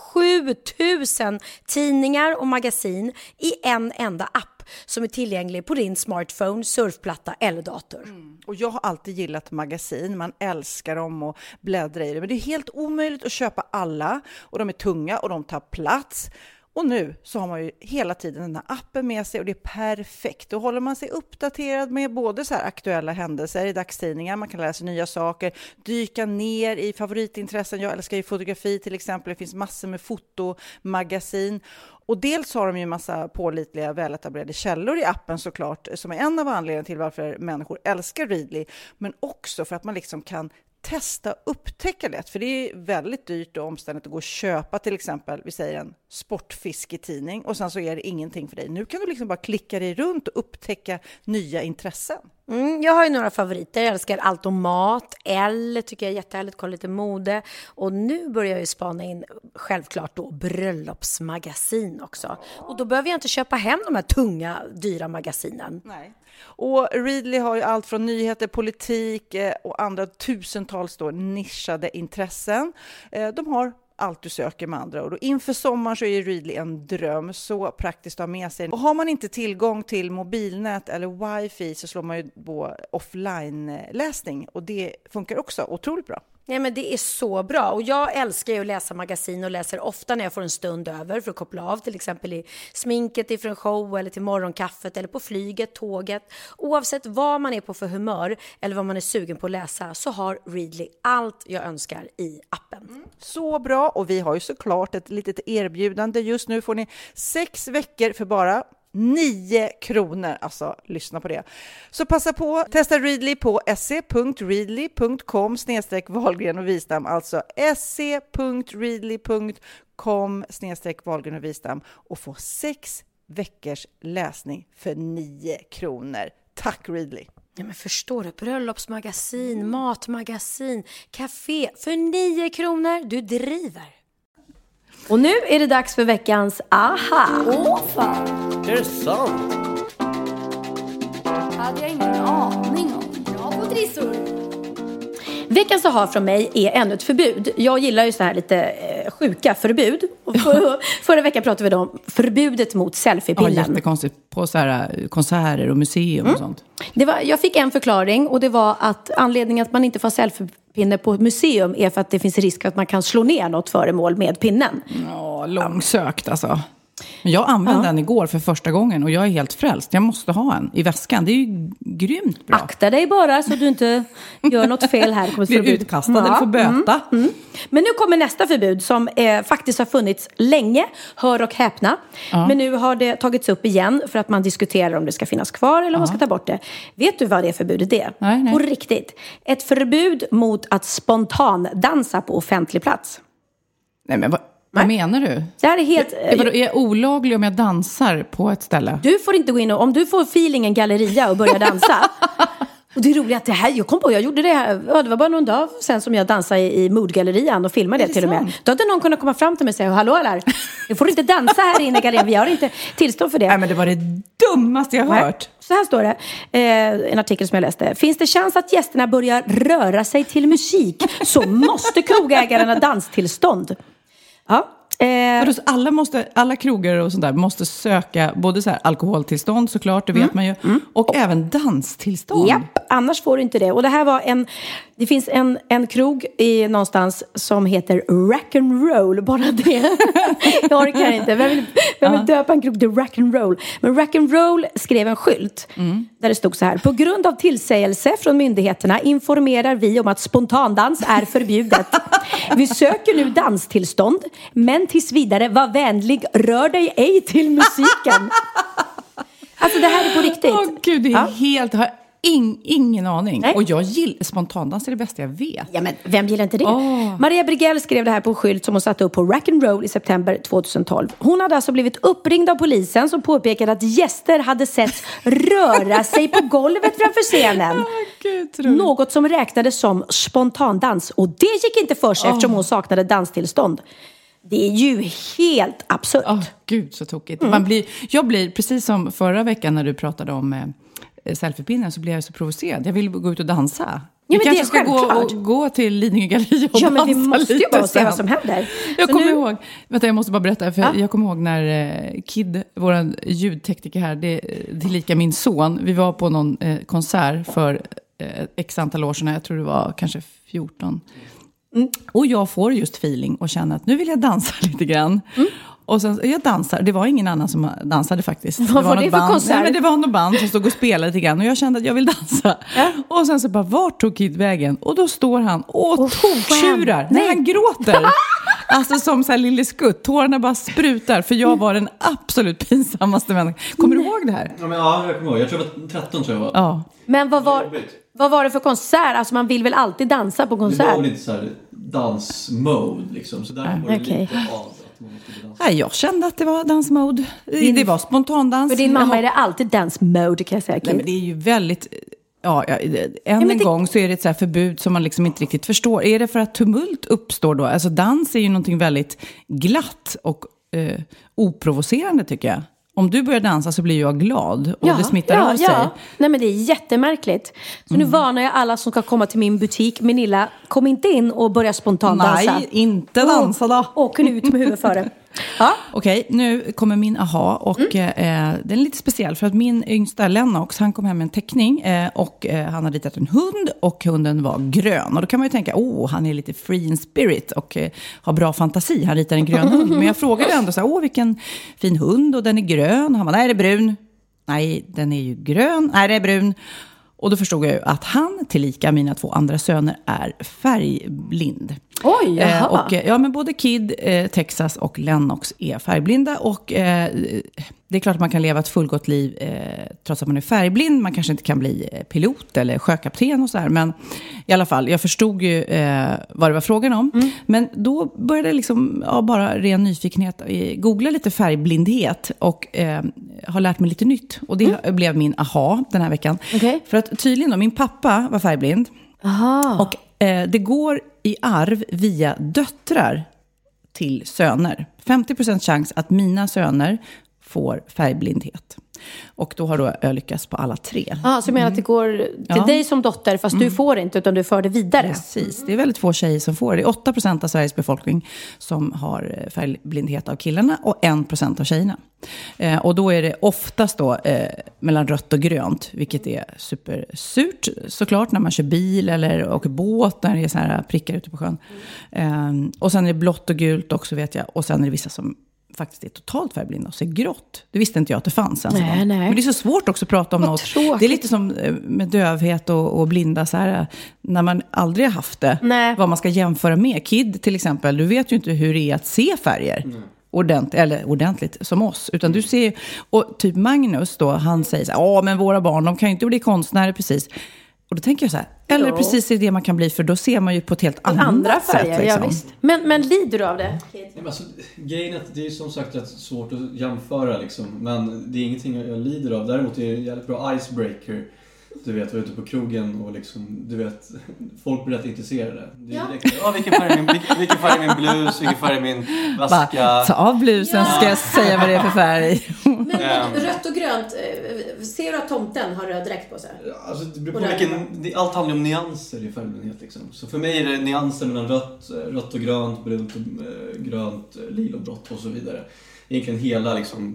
7000 tidningar och magasin i en enda app som är tillgänglig på din smartphone, surfplatta eller dator. Och jag har alltid gillat magasin, man älskar dem och bläddra i det. Men det är helt omöjligt att köpa alla och de är tunga och de tar plats. Och nu så har man ju hela tiden den här appen med sig och det är perfekt. Då håller man sig uppdaterad med både så här aktuella händelser i dagstidningar. Man kan läsa nya saker, dyka ner i favoritintressen. Jag älskar ju fotografi till exempel. Det finns massor med fotomagasin. Och dels har de ju en massa pålitliga, väletablerade källor i appen såklart. Som är en av anledningarna till varför människor älskar Readly. Men också för att man liksom kan testa upptäcka lätt, för det är väldigt dyrt och omständigt att gå och köpa till exempel, vi säger en sportfisketidning och sen så är det ingenting för dig. Nu kan du liksom bara klicka dig runt och upptäcka nya intressen. Jag har ju några favoriter. Jag älskar allt om mat. Elle tycker jag är jättehärligt. Kolla lite mode. Och nu börjar jag ju spana in självklart då bröllopsmagasin också. Och då behöver jag inte köpa hem de här tunga, dyra magasinen. Nej. Och Readly har ju allt från nyheter, politik och andra tusentals då nischade intressen. De har allt du söker med andra ord. Och inför sommar så är Readly en dröm, så praktiskt att ha med sig. Och har man inte tillgång till mobilnät eller wifi så slår man ju på offline-läsning. Och det funkar också otroligt bra. Nej, men det är så bra. Och jag älskar ju att läsa magasin och läser ofta när jag får en stund över för att koppla av. Till exempel i sminket inför en show eller till morgonkaffet eller på flyget, tåget. Oavsett vad man är på för humör eller vad man är sugen på att läsa så har Readly allt jag önskar i appen. Så bra, och vi har ju såklart ett litet erbjudande. Just nu får ni 6 veckor för bara 9 kronor, alltså lyssna på det. Så passa på, testa Readly på se.readly.com/Wahlgren och Wistam, alltså se.readly.com/Wahlgren och Wistam och få 6 veckors läsning för 9 kronor. Tack Readly! Ja, men förstår du? Bröllopsmagasin, matmagasin, café för 9 kronor. Du driver! Och nu är det dags för veckans aha. Åh fan! Är det sant? Hade jag ingen aning om. Bra på trissor. Veckans aha från mig är ännu ett förbud. Jag gillar ju så här lite sjuka förbud. Och förra veckan pratade vi om förbudet mot selfie-pinnen. Ja, jättekonstigt. På så här konserter och museum och sånt. Jag fick en förklaring och det var att anledningen att man inte får selfie-pinne på ett museum är för att det finns risk att man kan slå ner något föremål med pinnen. Ja, långsökt alltså. Men jag använde den igår för första gången och jag är helt frälst. Jag måste ha en i väskan. Det är ju grymt bra. Akta dig bara så du inte gör något fel här. Blir utkastad eller får böta. Men nu kommer nästa förbud som faktiskt har funnits länge. Hör och häpna. Men nu har det tagits upp igen för att man diskuterar om det ska finnas kvar eller om man ska ta bort det. Vet du vad det förbudet är? Nej. På riktigt. Ett förbud mot att spontan dansa på offentlig plats. Nej, men vad menar du? Det här är helt... Är jag olaglig om jag dansar på ett ställe? Du får inte gå in och... Om du får feelingen galleria och börja dansa... Och det är roligt att det här... Jag gjorde det här... Ja, det var bara någon dag sen som jag dansade i Moodgallerian och filmade det till och med. Då hade någon kunnat komma fram till mig och säga: hallå där, du får inte dansa här inne i gallerian. Vi har inte tillstånd för det. Nej, men det var det dummaste jag hört. Så här står det, en artikel som jag läste. Finns det chans att gästerna börjar röra sig till musik så måste krogägaren ha danstillstånd. Ja. Alla krogar och sånt där måste söka både så här alkoholtillstånd såklart, det vet man ju, och även danstillstånd. Japp, annars får du inte det. Och det här var det finns en krog någonstans som heter Rock'n'Roll, bara det. Jag orkar inte. Vem vill döpa en krog till Rock'n'Roll? Men Rock'n'Roll skrev en skylt där det stod så här: på grund av tillsägelse från myndigheterna informerar vi om att spontandans är förbjudet. Vi söker nu danstillstånd, men tills vidare var vänlig, rör dig ej till musiken. Alltså det här är på riktigt. Gud, det är helt... Ingen aning. Nej. Och jag gillar spontandans, är det bästa jag vet. Ja, men vem gillar inte det? Maria Brigell skrev det här på en skylt som hon satte upp på Rock'n'Roll i september 2012. Hon hade alltså blivit uppringd av polisen som påpekade att gäster hade sett röra sig på golvet framför scenen. Gud, något som räknades som spontandans. Och det gick inte för sig eftersom hon saknade danstillstånd. Det är ju helt absurt. Gud, så tokigt. Jag blir, precis som förra veckan när du pratade om selfiepinnen, så blir jag så provocerad. Jag vill gå ut och dansa. Ja, vi kanske ska gå till Lidingö galleria och dansa lite. Ja, men vi måste ju bara se vad som händer. Jag måste bara berätta, för jag kommer ihåg när Kid, vår ljudtekniker här, det är lika min son. Vi var på någon konsert för x antal år sedan, jag tror det var kanske 14. Och jag får just feeling och känner att nu vill jag dansa lite grann. Och sen, jag dansar, det var ingen annan som dansade faktiskt. Vad var det för konsert? Nej, men det var någon band som stod och spelade lite grann. Och jag kände att jag vill dansa. Ja. Och sen så bara, vart tog Kid vägen? Och då står han och tokktjurar. Nej, han gråter. Alltså som så här Lille Skutt. Tårarna bara sprutar. För jag var den absolut pinsammaste människan. Kommer du ihåg det här? Ja, jag kommer ihåg. Jag tror jag var 13 tror jag var. Ja. Men vad var det för konsert? Alltså man vill väl alltid dansa på konsert? Det var väl inte så här dansmode liksom. Så där var det lite av. Nej, jag kände att det var dansmode. Det var spontandans. För din mamma är det alltid dansmode, kan jag säga. Nej, men det är ju väldigt... En gång så är det ett så här förbud som man liksom inte riktigt förstår. Är det för att tumult uppstår då? Alltså dans är ju någonting väldigt glatt och oprovocerande, tycker jag. Om du börjar dansa så blir jag glad och det smittar av sig. Ja. Nej, men det är jättemärkligt. Så nu varnar jag alla som ska komma till min butik. Menilla, kom inte in och börja spontandansa. Nej, inte dansa då. Och ut med huvudet före. Ja. Okej, nu kommer min aha och den är lite speciell för att min yngsta Lennox, han kom hem med en teckning och han hade ritat en hund och hunden var grön. Och då kan man ju tänka, han är lite free in spirit och har bra fantasi, han ritar en grön hund. Men jag frågade ändå så här, vilken fin hund och den är grön. Han bara, nej det är brun. Nej, den är ju grön. Nej, det är brun. Och då förstod jag ju att han, tillika mina 2 andra söner, är färgblind. Oj, jaha. Men både Kid, Texas och Lennox är färgblinda. Och det är klart att man kan leva ett fullgott liv trots att man är färgblind. Man kanske inte kan bli pilot eller sjökapten och så här. Men i alla fall, jag förstod ju vad det var frågan om. Men då började jag liksom, bara ren nyfikenhet, googla lite färgblindhet. Och har lärt mig lite nytt. Och det blev min aha den här veckan. Okay. För att tydligen då, min pappa var färgblind. Aha. Och det går i arv via döttrar till söner. 50% chans att mina söner får färgblindhet. Och då har jag lyckats på alla 3. Så jag menar att det går till dig som dotter, fast du får inte, utan du för det vidare. Precis, det är väldigt få tjejer som får det. 8% av Sveriges befolkning som har färgblindhet av killarna och 1% av tjejerna. Och då är det oftast då mellan rött och grönt, vilket är supersurt såklart när man kör bil eller åker båt när det är så här prickar ute på sjön. Och sen är det blått och gult också, vet jag. Och sen är det vissa som faktiskt är totalt färgblinda och ser grått. Det visste inte jag att det fanns. Nej. Men det är så svårt också att prata om något. Tråkigt. Det är lite som med dövhet och blinda så här, när man aldrig har haft det. Nej. Vad man ska jämföra med. Kid till exempel, du vet ju inte hur det är att se färger. Ordentligt som oss. Utan du ser, och typ Magnus då, han säger så här, men våra barn, de kan ju inte bli konstnärer precis. Och då tänker jag så här, eller precis är det man kan bli, för då ser man ju på ett helt andra färger, sätt. Liksom. Ja, visst. Men lider du av det? Alltså, grejen är att det är som sagt rätt svårt att jämföra liksom, men det är ingenting jag lider av. Däremot är det en jävligt bra icebreaker. Du vet, var ute på krogen och liksom, du vet, folk blir rätt intresserade. Det är vilken färg är min blus, vilken färg är min väska. Ta av blusen, ska jag säga vad det är för färg. Men rött och grönt, ser du att tomten har röd dräkt på sig? Alltså, det beror på allt handlar om nyanser i färgblindhet liksom. Så för mig är det nyanser mellan rött och grönt, brunt och grönt, lila och blått och så vidare. Egentligen hela liksom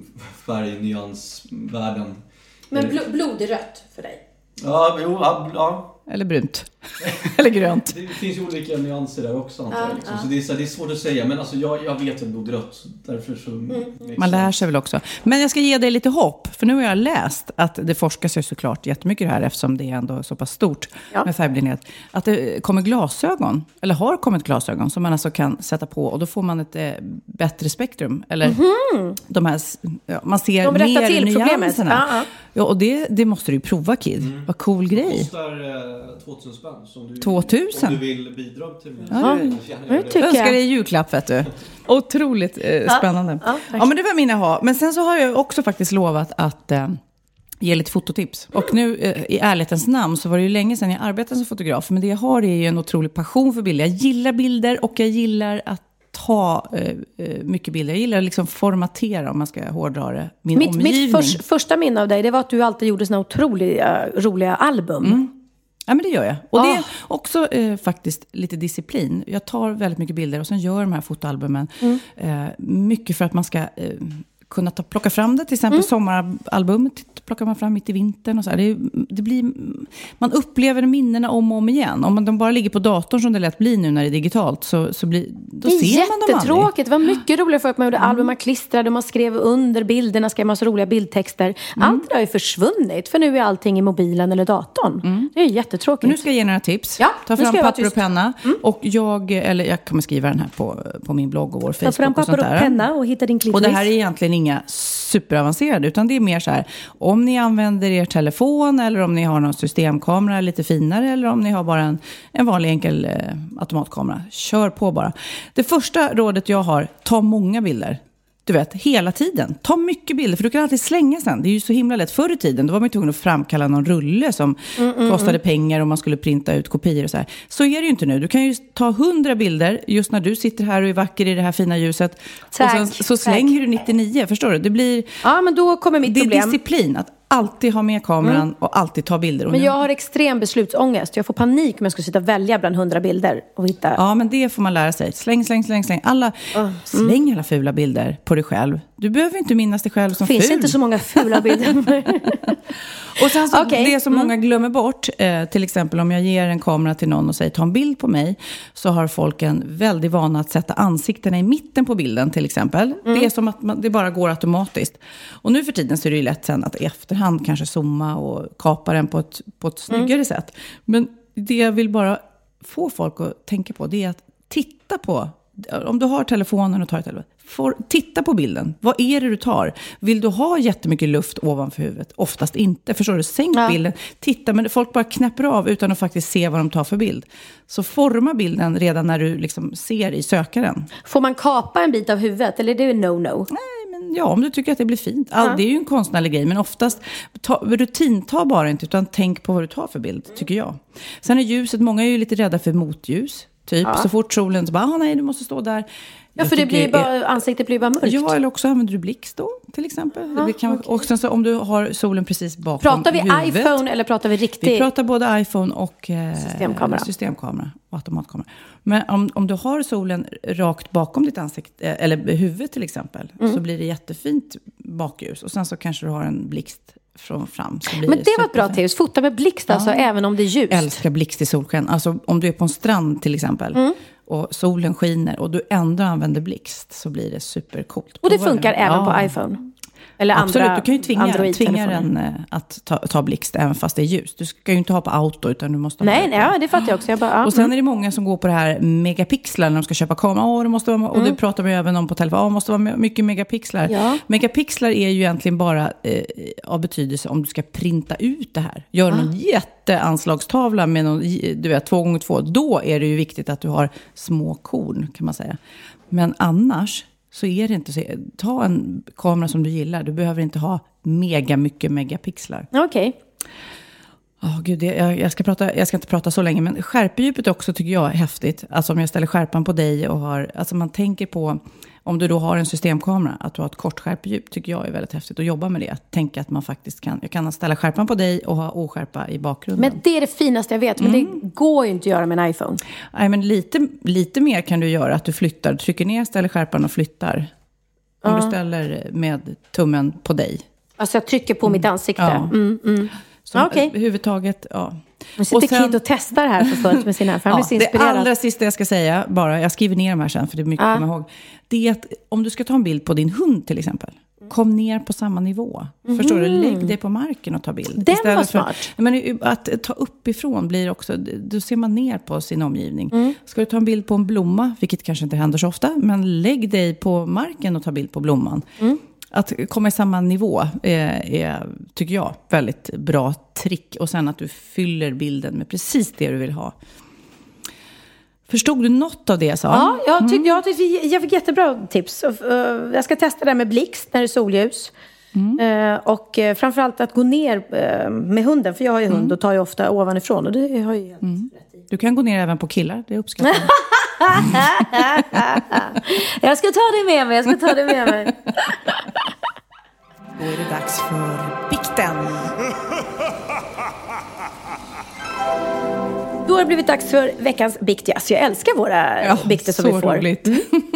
färgnyansvärlden. Men blod är rött för dig? Ja. Eller brunt. Eller grönt. Det finns ju olika nyanser där också antar jag. Liksom. Så det är svårt att säga. Men alltså, jag vet att det blir rött. Därför så man lär sig väl också. Men jag ska ge dig lite hopp. För nu har jag läst att det forskas ju såklart jättemycket här. Eftersom det är ändå så pass stort med färgblindhet. Att det kommer glasögon. Eller har kommit glasögon. Som man alltså kan sätta på. Och då får man ett bättre spektrum. Eller de här... Ja, man ser mer nyanserna. Ja, och det måste du ju prova, Kid. Vad cool grej. Det kostar 2000 spänn. Som du, 2000? Om du vill bidra till mig. Jag önskar dig julklapp, vet du. Otroligt spännande. Ja, men det var mina ha. Men sen så har jag också faktiskt lovat att ge lite fototips. Och nu, i ärlighetens namn, så var det ju länge sedan jag arbetade som fotograf. Men det jag har är ju en otrolig passion för bilder. Jag gillar bilder och jag gillar att ta mycket bilder. Jag gillar att liksom formatera, om man ska hårdra det, min omgivning. Mitt första minne av dig, det var att du alltid gjorde såna otroligt roliga album. Ja, men det gör jag. Och det är också faktiskt lite disciplin. Jag tar väldigt mycket bilder och sen gör de här fotoalbumen. Mycket för att man ska kunna plocka fram det. Till exempel sommaralbumet plockar man fram mitt i vintern. Och så här. Det blir, man upplever minnena om och om igen. Om de bara ligger på datorn som det lätt blir nu när det är digitalt. Så då ser man dem aldrig. Det är jättetråkigt. Det var mycket roligare för att man gjorde album, man klistrade, man skrev under bilderna, skrev massa roliga bildtexter. Allt det har ju försvunnit. För nu är allting i mobilen eller datorn. Det är jättetråkigt. Men nu ska jag ge några tips. Ja, ta fram papper och penna. Och jag kommer skriva den här på min blogg och vår Facebook. Ta fram papper och penna och hitta din klitoris. Och det här är egentligen inga superavancerade, utan det är mer så här, om ni använder er telefon eller om ni har någon systemkamera lite finare eller om ni har bara en vanlig enkel automatkamera. Kör på bara. Det första rådet jag har, ta många bilder. Du vet, hela tiden. Ta mycket bilder, för du kan alltid slänga sen. Det är ju så himla lätt. Förr i tiden, då var man tvungen att framkalla någon rulle som kostade pengar och man skulle printa ut kopior och så här. Så är det ju inte nu. Du kan ju ta 100 bilder just när du sitter här och är vacker i det här fina ljuset. Tack, och sen, så slänger du 99, förstår du? Det blir... Ja, men då kommer mitt problem. Det är disciplin, att alltid ha med kameran och alltid ta bilder. Och men jag har extrem beslutsångest. Jag får panik om jag ska sitta och välja bland 100 bilder och hitta. Ja, men det får man lära sig. Släng. Släng alla fula bilder på dig själv. Du behöver inte minnas dig själv som ful. Det finns inte så många fula bilder. Och sen så, det som många glömmer bort, till exempel om jag ger en kamera till någon och säger ta en bild på mig, så har folk en väldigt vana att sätta ansiktena i mitten på bilden till exempel. Det är som att det bara går automatiskt. Och nu för tiden så är det ju lätt sen att i efterhand kanske zooma och kapa den på ett snyggare sätt. Men det jag vill bara få folk att tänka på, det är att titta på, om du har telefonen och tar ett titta på bilden. Vad är det du tar? Vill du ha jättemycket luft ovanför huvudet? Oftast inte. Förstår du? Sänk bilden. Titta, men folk bara knäpper av utan att faktiskt se vad de tar för bild. Så forma bilden redan när du liksom ser i sökaren. Får man kapa en bit av huvudet? Eller är det no-no? Nej, men ja, om du tycker att det blir fint. Det är ju en konstnärlig grej, men oftast ta bara inte, utan tänk på vad du tar för bild, tycker jag. Sen är ljuset, många är ju lite rädda för motljus. Typ, så fort solen så bara, nej, du måste stå där. Ja, för det blir bara, ansiktet blir bara mörkt. Ja, eller också använder du blixt då, till exempel. Och sen så om du har solen precis bakom huvudet. Pratar vi iPhone eller pratar vi riktigt? Vi pratar både iPhone och systemkamera och automatkamera. Men om du har solen rakt bakom ditt ansikte, eller huvud till exempel, så blir det jättefint bakljus. Och sen så kanske du har en blixt från fram. Men det var ett bra tips. Fota med blixt alltså, även om det är ljust. Jag älskar blixt i solsken. Alltså om du är på en strand till exempel och solen skiner och du ändå använder blixt, så blir det supercoolt. Och det funkar även på iPhone? Eller absolut, du kan ju tvinga den att ta blixt även fast det är ljust. Du ska ju inte ha på auto, utan du måste ha Nej, det fattar jag också. Och sen är det många som går på det här megapixlar när de ska köpa kamera. Det måste vara, och det pratar man ju även om på telefon. Det måste vara mycket megapixlar. Ja. Megapixlar är ju egentligen bara av betydelse om du ska printa ut det här. Gör någon jätteanslagstavla med någon, 2x2. Då är det ju viktigt att du har små korn, kan man säga. Men annars så är det inte så. Ta en kamera som du gillar. Du behöver inte ha mycket megapixlar. Okej. Gud, jag ska inte prata så länge, men skärpedjupet också tycker jag är häftigt. Alltså om jag ställer skärpan på dig och alltså man tänker på, om du då har en systemkamera, att du har ett kort skärpedjup, tycker jag är väldigt häftigt att jobba med det. Att tänka att man faktiskt jag kan ställa skärpan på dig och ha oskärpa i bakgrunden. Men det är det finaste jag vet, men det går ju inte att göra med en iPhone. Nej, men lite mer kan du göra, att du trycker ner, ställer skärpan och flyttar. Om du ställer med tummen på dig. Alltså jag trycker på mitt ansikte. Ja. Så överhuvudtaget, Nu sitter Kid och testar här för fullt med sina, för han blir så inspirerad. Det allra sista jag ska säga, bara, jag skriver ner dem här sen för det är mycket att komma ihåg. Det är att om du ska ta en bild på din hund till exempel, kom ner på samma nivå. Förstår du? Lägg dig på marken och ta bild. Den var smart. Men att ta uppifrån blir också, då ser man ner på sin omgivning. Ska du ta en bild på en blomma, vilket kanske inte händer så ofta, men lägg dig på marken och ta bild på blomman. Att komma i samma nivå är, tycker jag, väldigt bra trick. Och sen att du fyller bilden med precis det du vill ha. Förstod du något av det jag sa? Ja, jag fick jättebra tips. Jag ska testa det med blixt när det är solljus. Och framförallt att gå ner med hunden. För jag har ju hund och tar ju ofta ovanifrån. Och det har ju helt rätt i. Du kan gå ner även på killar, det uppskattar jag. Jag ska ta det med mig, Då är det dags för bikten. Då har det blivit dags för veckans bikt. Alltså, jag älskar våra bikter som vi får. Roligt.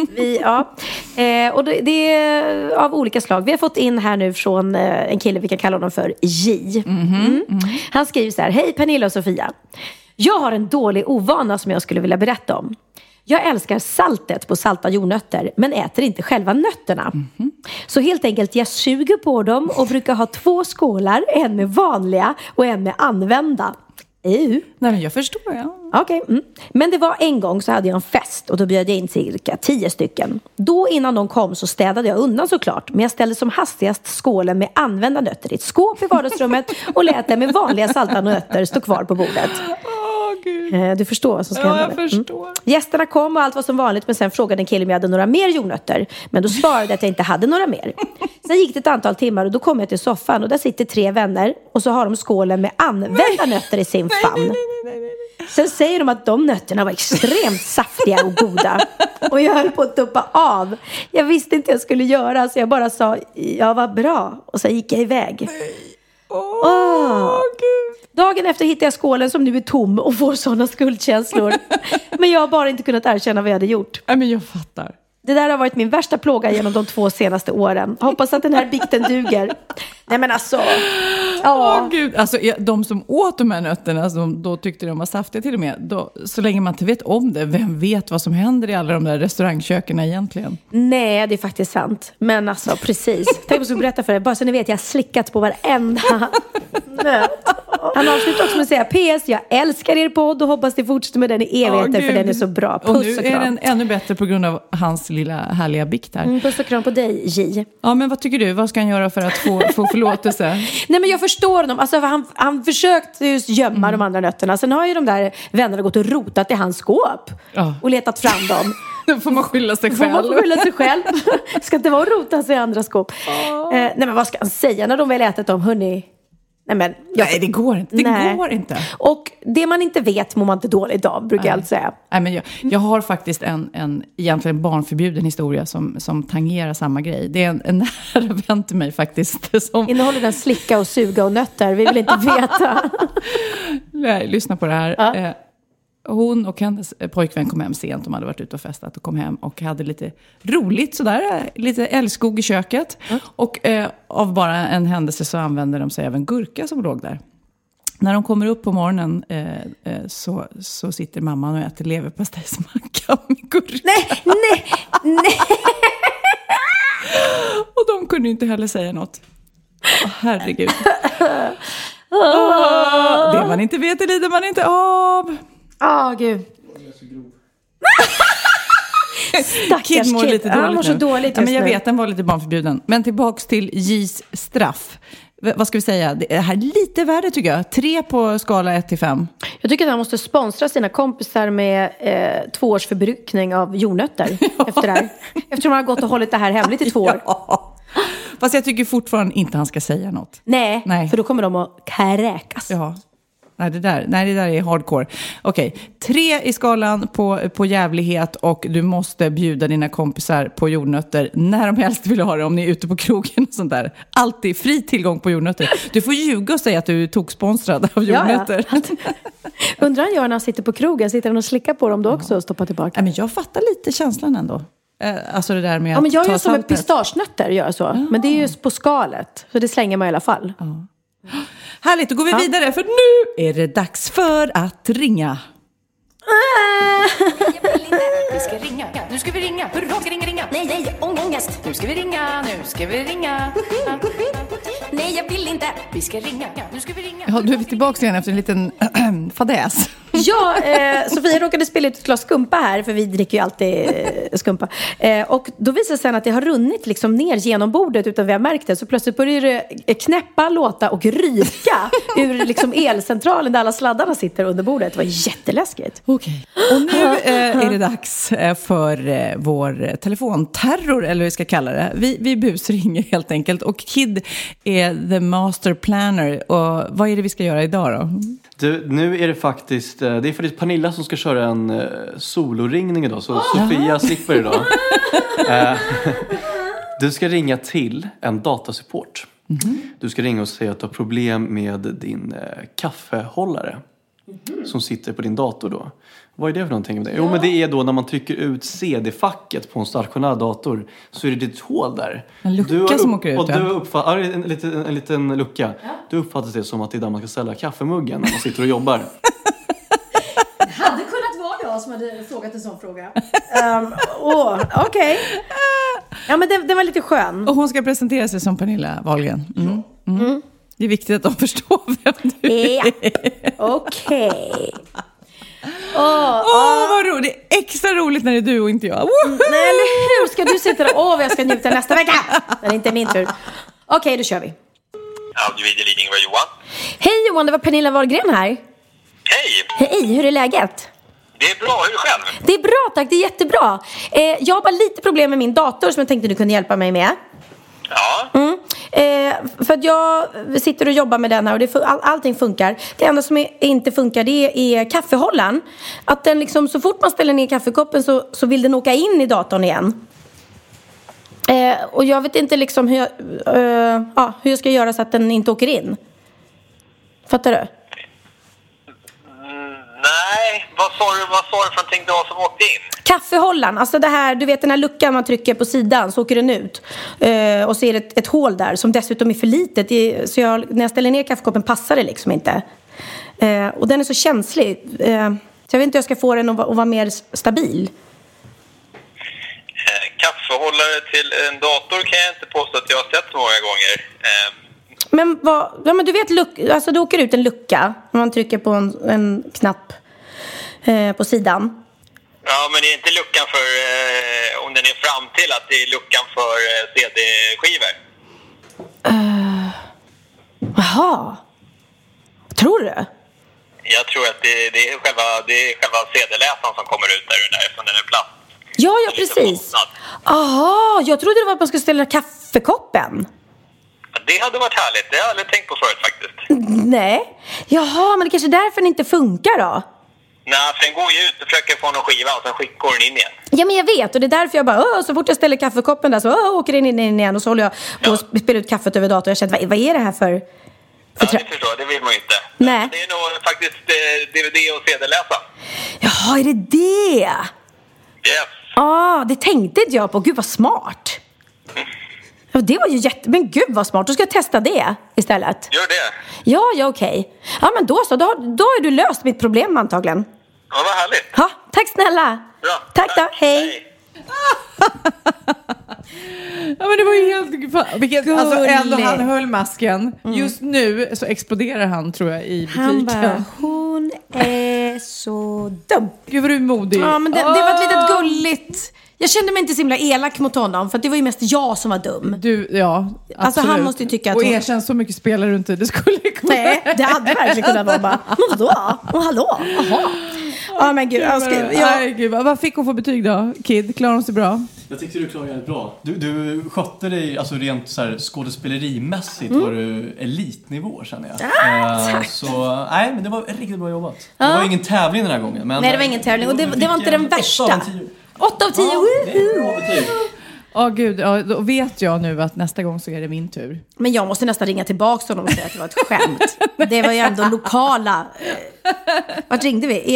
Och det är av olika slag. Vi har fått in här nu från en kille, vi kan kalla honom för J. Han skriver så här: Hej Pernilla och Sofia. Jag har en dålig ovana som jag skulle vilja berätta om. Jag älskar saltet på salta jordnötter, men äter inte själva nötterna. Så helt enkelt, jag suger på dem och brukar ha 2 skålar. En med vanliga och en med använda. Nej, men jag förstår, ja. Okej. Men det var en gång så hade jag en fest och då bjöd jag in cirka 10 stycken. Då innan de kom så städade jag undan såklart. Men jag ställde som hastigast skålen med använda nötter i ett skåp i vardagsrummet och lät den med vanliga salta nötter stå kvar på bordet. Gud. Du förstår vad som ska hända. Jag förstår. Gästerna kom och allt var som vanligt, men sen frågade en kille om jag hade några mer jordnötter. Men då svarade jag att jag inte hade några mer. Sen gick det ett antal timmar och då kom jag till soffan och där sitter 3 vänner och så har de skålen med använda nötter i sin famn. Sen säger de att de nötterna var extremt saftiga och goda. Och jag höll på att tuppa av. Jag visste inte jag skulle göra, så jag bara sa, ja vad bra. Och så gick jag iväg. Gud. Dagen efter hittade jag skålen som nu är tom och får sådana skuldkänslor. Men jag har bara inte kunnat erkänna vad jag hade gjort. Nej, men jag fattar. Det där har varit min värsta plåga genom de 2 senaste åren. Hoppas att den här bikten duger. Nej men alltså. Gud. Alltså de som åt de här nötterna, som då tyckte de var saftiga till och med. Då, så länge man inte vet om det, vem vet vad som händer i alla de där restaurangköken egentligen? Nej, det är faktiskt sant. Men alltså, precis. Tänk på att jag ska berätta för dig. Bara så ni vet, jag har slickat på varenda nöt. Han avslutar också med att säga: PS, jag älskar er podd och hoppas det fortsätter med den i evigheter, för den är så bra. Puss och nu är den ännu bättre på grund av hans lilla härliga bikt här. Puss och kram på dig, J. Ja, men vad tycker du? Vad ska han göra för att få förlåtelse? Nej, men jag förstår honom. Alltså, han försökte just gömma de andra nötterna. Sen har ju de där vännerna gått och rotat i hans skåp och letat fram dem. Då får man skylla sig själv. Ska inte vara och rota sig i andra skåp. Nej, men vad ska han säga när de väl ätit dem, hörni? Nej, det går inte. Det går inte. Och det man inte vet mår man inte dåligt av, brukar jag alltid säga. Nej, men jag har faktiskt en egentligen barnförbjuden historia som tangerar samma grej. Det är en nära vän till mig faktiskt. Innehåller den slicka och suga och nötter? Vi vill inte veta. Nej, lyssna på det här. Ja. Hon och hennes pojkvän kom hem sent. De hade varit ute och festat och kom hem och hade lite roligt sådär. Lite älskog i köket. Och av bara en händelse så använde de sig av en gurka som låg där. När de kommer upp på morgonen så sitter mamman och äter leverpastejsmacka med gurka. Nej. Och de kunde inte heller säga något. Herregud. Det man inte vet, det lider man inte av. Gud. Kid mår lite dåligt mår så dåligt men jag vet, den var lite barnförbjuden. Men tillbaks till J's straff. Vad ska vi säga? Det här är lite värre tycker jag. 3 på skala 1-5. Jag tycker att han måste sponsra sina kompisar med 2 års förbrukning av jordnötter efter det här. Eftersom han har gått och hållit det här hemligt i 2 år. Fast jag tycker fortfarande inte han ska säga något. Nej, för då kommer de att kräkas. Ja. Nej, det där är hardcore. Okej, 3 i skalan på jävlighet och du måste bjuda dina kompisar på jordnötter när de helst vill ha det, om ni är ute på krogen och sånt där. Alltid fri tillgång på jordnötter. Du får ljuga och säga att du tog sponsrad av jordnötter. Ja. Undrar han gör när han sitter på krogen, sitter han och slickar på dem då också och stoppar tillbaka? Nej, men jag fattar lite känslan ändå. Alltså det där med men jag gör som med pistagenötter, gör så. Men det är ju på skalet, så det slänger man i alla fall. Härligt, då går vi vidare för nu är det dags för att ringa. Vi ska ringa, nu ska vi ringa. Hurra, ska ringa. Nej, ångest. Nu ska vi ringa. Nej, jag vill inte. Vi ska ringa, nu ska vi ringa. Ja, du är vi tillbaka igen efter en liten fadäs. Ja, Sofia råkade spela ut ett glas skumpa här, för vi dricker ju alltid skumpa. Och då visar det sig att det har runnit liksom ner genom bordet utan vi har märkt det. Så plötsligt börjar det knäppa, låta och ryka ur liksom elcentralen där alla sladdarna sitter under bordet. Det var jätteläskigt. Okej. Och nu är det dags för vår telefonterror, eller vad vi ska kalla det. Vi busringer helt enkelt. Och Kid är the master planner. Och vad är det vi ska göra idag då? Du, nu är det faktiskt Pernilla som ska köra en soloringning idag. Så Sofia slipper idag. Du ska ringa till en datasupport. Du ska ringa och säga att du har problem med din kaffehållare. Som sitter på din dator då. Vad är det för någonting? Jo, men det är då när man trycker ut CD-facket på en stationär dator, så är det ett hål där. En lucka som åker ut. Och du en liten lucka. Ja. Du uppfattar det som att det är där man ska ställa kaffemuggen när man sitter och jobbar. Det hade kunnat vara jag som hade frågat en sån fråga. Okej. Ja, men det var lite skön. Och hon ska presentera sig som Pernilla Wahlgren. Det är viktigt att de förstår vem du är. Ja, okej. Vad roligt. Det är extra roligt när det är du och inte jag. Nej, eller hur? Ska du sitta där? Vad jag ska njuta nästa vecka. Men det är inte min tur. Okej, då kör vi. Audiovideoledning var Johan. Hej Johan, det var Pernilla Wahlgren här. Hej, hur är läget? Det är bra, hur är det själv? Det är bra, tack. Det är jättebra. Jag har bara lite problem med min dator som jag tänkte du kunde hjälpa mig med. Ja. För att jag sitter och jobbar med den här och allting funkar. Det enda som inte funkar, det är kaffehållaren. Att den liksom, så fort man ställer ner kaffekoppen så vill den åka in i datorn igen. Och jag vet inte liksom hur jag ska göra så att den inte åker in. Fattar du? Nej, vad sa du för någonting då som åkte in? Kaffehållaren, alltså det här, du vet den här luckan man trycker på sidan så åker den ut. Och så är det ett hål där som dessutom är för litet. Så när jag ställer ner kaffekoppen passar det liksom inte. Och den är så känslig. Så jag vet inte hur jag ska få den att vara mer stabil. Kaffehållare till en dator kan jag inte påstå att jag har sett så många gånger. Men du vet, alltså det åker ut en lucka när man trycker på en knapp på sidan. Ja, men det är inte luckan för, om den är fram till att det är luckan för CD-skivor. Jaha. Tror du? Jag tror att det är själva CD-läsaren som kommer ut där eftersom den är platt. Ja, precis. Aha, jag trodde det var att man skulle ställa kaffekoppen. Det hade varit härligt, det har jag aldrig tänkt på förut faktiskt. Nej, jaha, men det kanske är därför den inte funkar då. Nej, för den går ju ut och försöker få någon skiva och sen går den in igen. Ja, men jag vet, och det är därför jag bara, så fort jag ställer kaffekoppen där så åker den in igen. Och så håller jag på att spela ut kaffet över datorn. Jag känner, vad är det här för ja, det förstår, det vill man ju inte. Nej. Det är nog faktiskt DVD och CD-läsa. Jaha, är det det? Yes. Det tänkte inte jag på. Gud, vad smart. Ja, det var ju men gud vad smart. Då ska jag testa det istället. Gör det. Ja, okej. Ja, men då så. Då har du löst mitt problem antagligen. Ja, vad härligt. Ja, tack snälla. Bra. Tack då, hej. Ja, men det var ju helt... Alltså, ändå han höll masken. Just nu så exploderar han, tror jag, i butiken. Han bara, hon är så dum. Gud, vad du är modig. Ja, men det var ett litet gulligt... Jag kände mig inte så himla elak mot honom, för det var ju mest jag som var dum. Ja, alltså han måste ju tycka att... Och erkänn så mycket spelar du inte, det skulle kunna... Nej, det hade verkligen kunnat vara bara, men vadå? Hallå? Jaha. Ja, men gud. Gud, vad fick hon för betyg då? Kid, klarar hon sig bra? Jag tyckte du klarade det bra. Du skötte dig, alltså rent så här skådespelerimässigt var du elitnivå, känner jag. Så, nej, men det var riktigt bra jobbat. Det var ingen tävling den här gången. Men, nej, det var ingen tävling. Och det var inte den värsta. 8 av 10. Ja, det är bra betyg. Gud, då vet jag nu att nästa gång så är det min tur. Men jag måste nästan ringa tillbaka honom och säga att det var ett skämt. Det var ju ändå lokala... Vart ringde vi?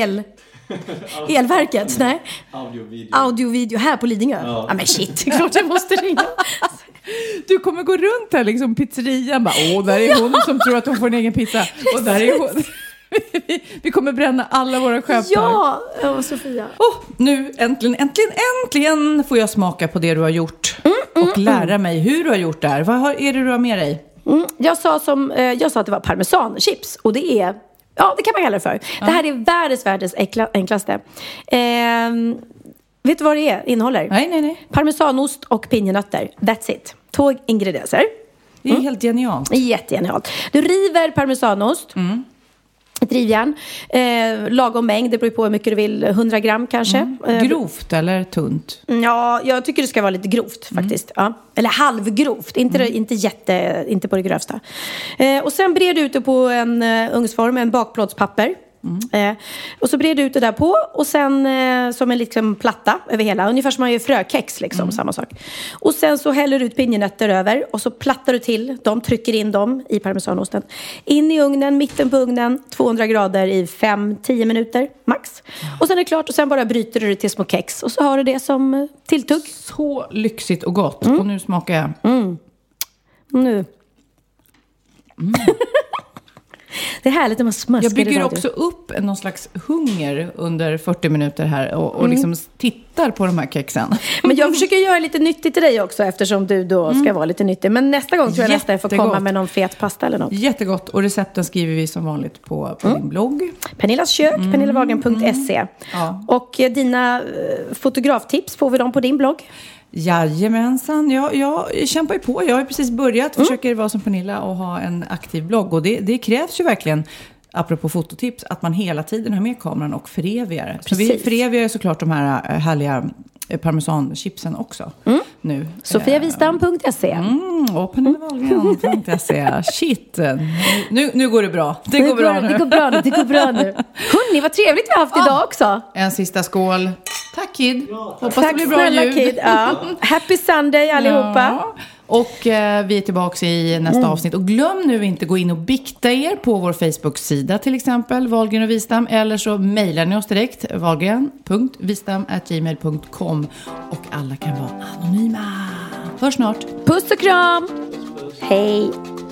Elverket? Nej. Audio-video här på Lidingö. Ja, men shit, klart jag måste ringa. Du kommer gå runt här liksom pizzerian. Bara, där är hon som tror att hon får en egen pizza. Och där är hon. Vi kommer bränna alla våra skeppar. Ja, Sofia. Nu äntligen får jag smaka på det du har gjort. Och lära mig hur du har gjort det här. Vad är det du har med dig? Jag sa att det var parmesanchips. Och det är, det kan man kalla det för. Det här är världens enklaste. Vet du vad det innehåller? Nej. Parmesanost och pinjenötter. That's it. 2 ingredienser. Det är helt genialt. Jättegenialt. Du river parmesanost. Ett rivjärn. Lagom mängd. Det beror på hur mycket du vill. 100 gram kanske. Grovt eller tunt? Ja, jag tycker det ska vara lite grovt faktiskt. Ja. Eller halvgrovt. Inte på det grövsta. Och sen brer du ut det på en ugnsform. En bakplåtspapper. Och så brer du ut det där på. Och sen som en liksom platta över hela. Ungefär som man gör frökex liksom. Samma sak. Och sen så häller du ut pinjenötter över. Och så plattar du till dem. Trycker in dem i parmesanosten. In i ugnen. Mitten på ugnen. 200 grader i 5-10 minuter max. Och sen är det klart. Och sen bara bryter du det till små kex. Och så har du det som tilltugg. Så lyxigt och gott. Och nu smakar jag. Nu. Det är härligt när man smaskar. Jag bygger också upp någon slags hunger under 40 minuter här och liksom tittar på de här kexen. Men jag försöker göra lite nyttigt till dig också eftersom du då ska vara lite nyttig. Men nästa gång tror jag nästan får komma med någon fet pasta eller något. Jättegott. Och recepten skriver vi som vanligt på din blogg. Pernillas kök, pernillawagen.se. Ja. Och dina fotograftips får vi dem på din blogg. Jajamensan, jag kämpar ju på. Jag har precis börjat, försöker vara som Pernilla och ha en aktiv blogg. Och det krävs ju verkligen, apropå fototips, att man hela tiden har med kameran och förevigar. Så vi förevigar såklart de här härliga parmesanchipsen också nu. Sofiavistam.se och pernillawagen.se. Shit, nu går det bra. Det går bra nu. Hörrni, vad trevligt vi har haft idag också. En sista skål. Tack Kid. Hoppas Tack det blir bra snälla ljud. Kid. Ja. Happy Sunday allihopa. Ja. Och vi är tillbaka i nästa avsnitt. Och glöm nu inte gå in och bikta er på vår Facebook-sida till exempel, Wahlgren och Wistam. Eller så mejlar ni oss direkt, wahlgren.wistam@gmail.com. Och alla kan vara anonyma. Hörs snart. Puss och kram. Hej.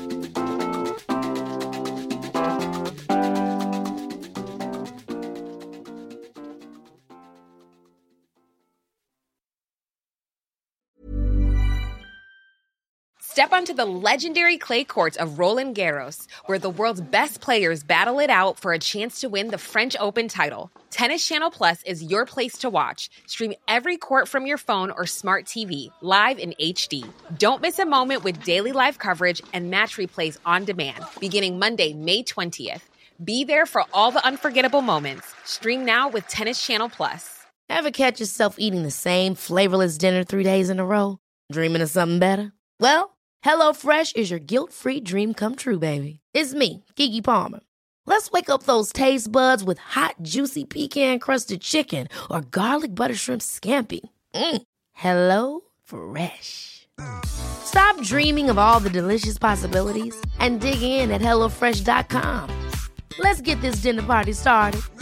Step onto the legendary clay courts of Roland Garros, where the world's best players battle it out for a chance to win the French Open title. Tennis Channel Plus is your place to watch. Stream every court from your phone or smart TV, live in HD. Don't miss a moment with daily live coverage and match replays on demand, beginning Monday, May 20th. Be there for all the unforgettable moments. Stream now with Tennis Channel Plus. Ever catch yourself eating the same flavorless dinner 3 days in a row? Dreaming of something better? Well, HelloFresh is your guilt-free dream come true, baby. It's me, Keke Palmer. Let's wake up those taste buds with hot, juicy pecan-crusted chicken or garlic butter shrimp scampi. Hello Fresh. Stop dreaming of all the delicious possibilities and dig in at HelloFresh.com. Let's get this dinner party started.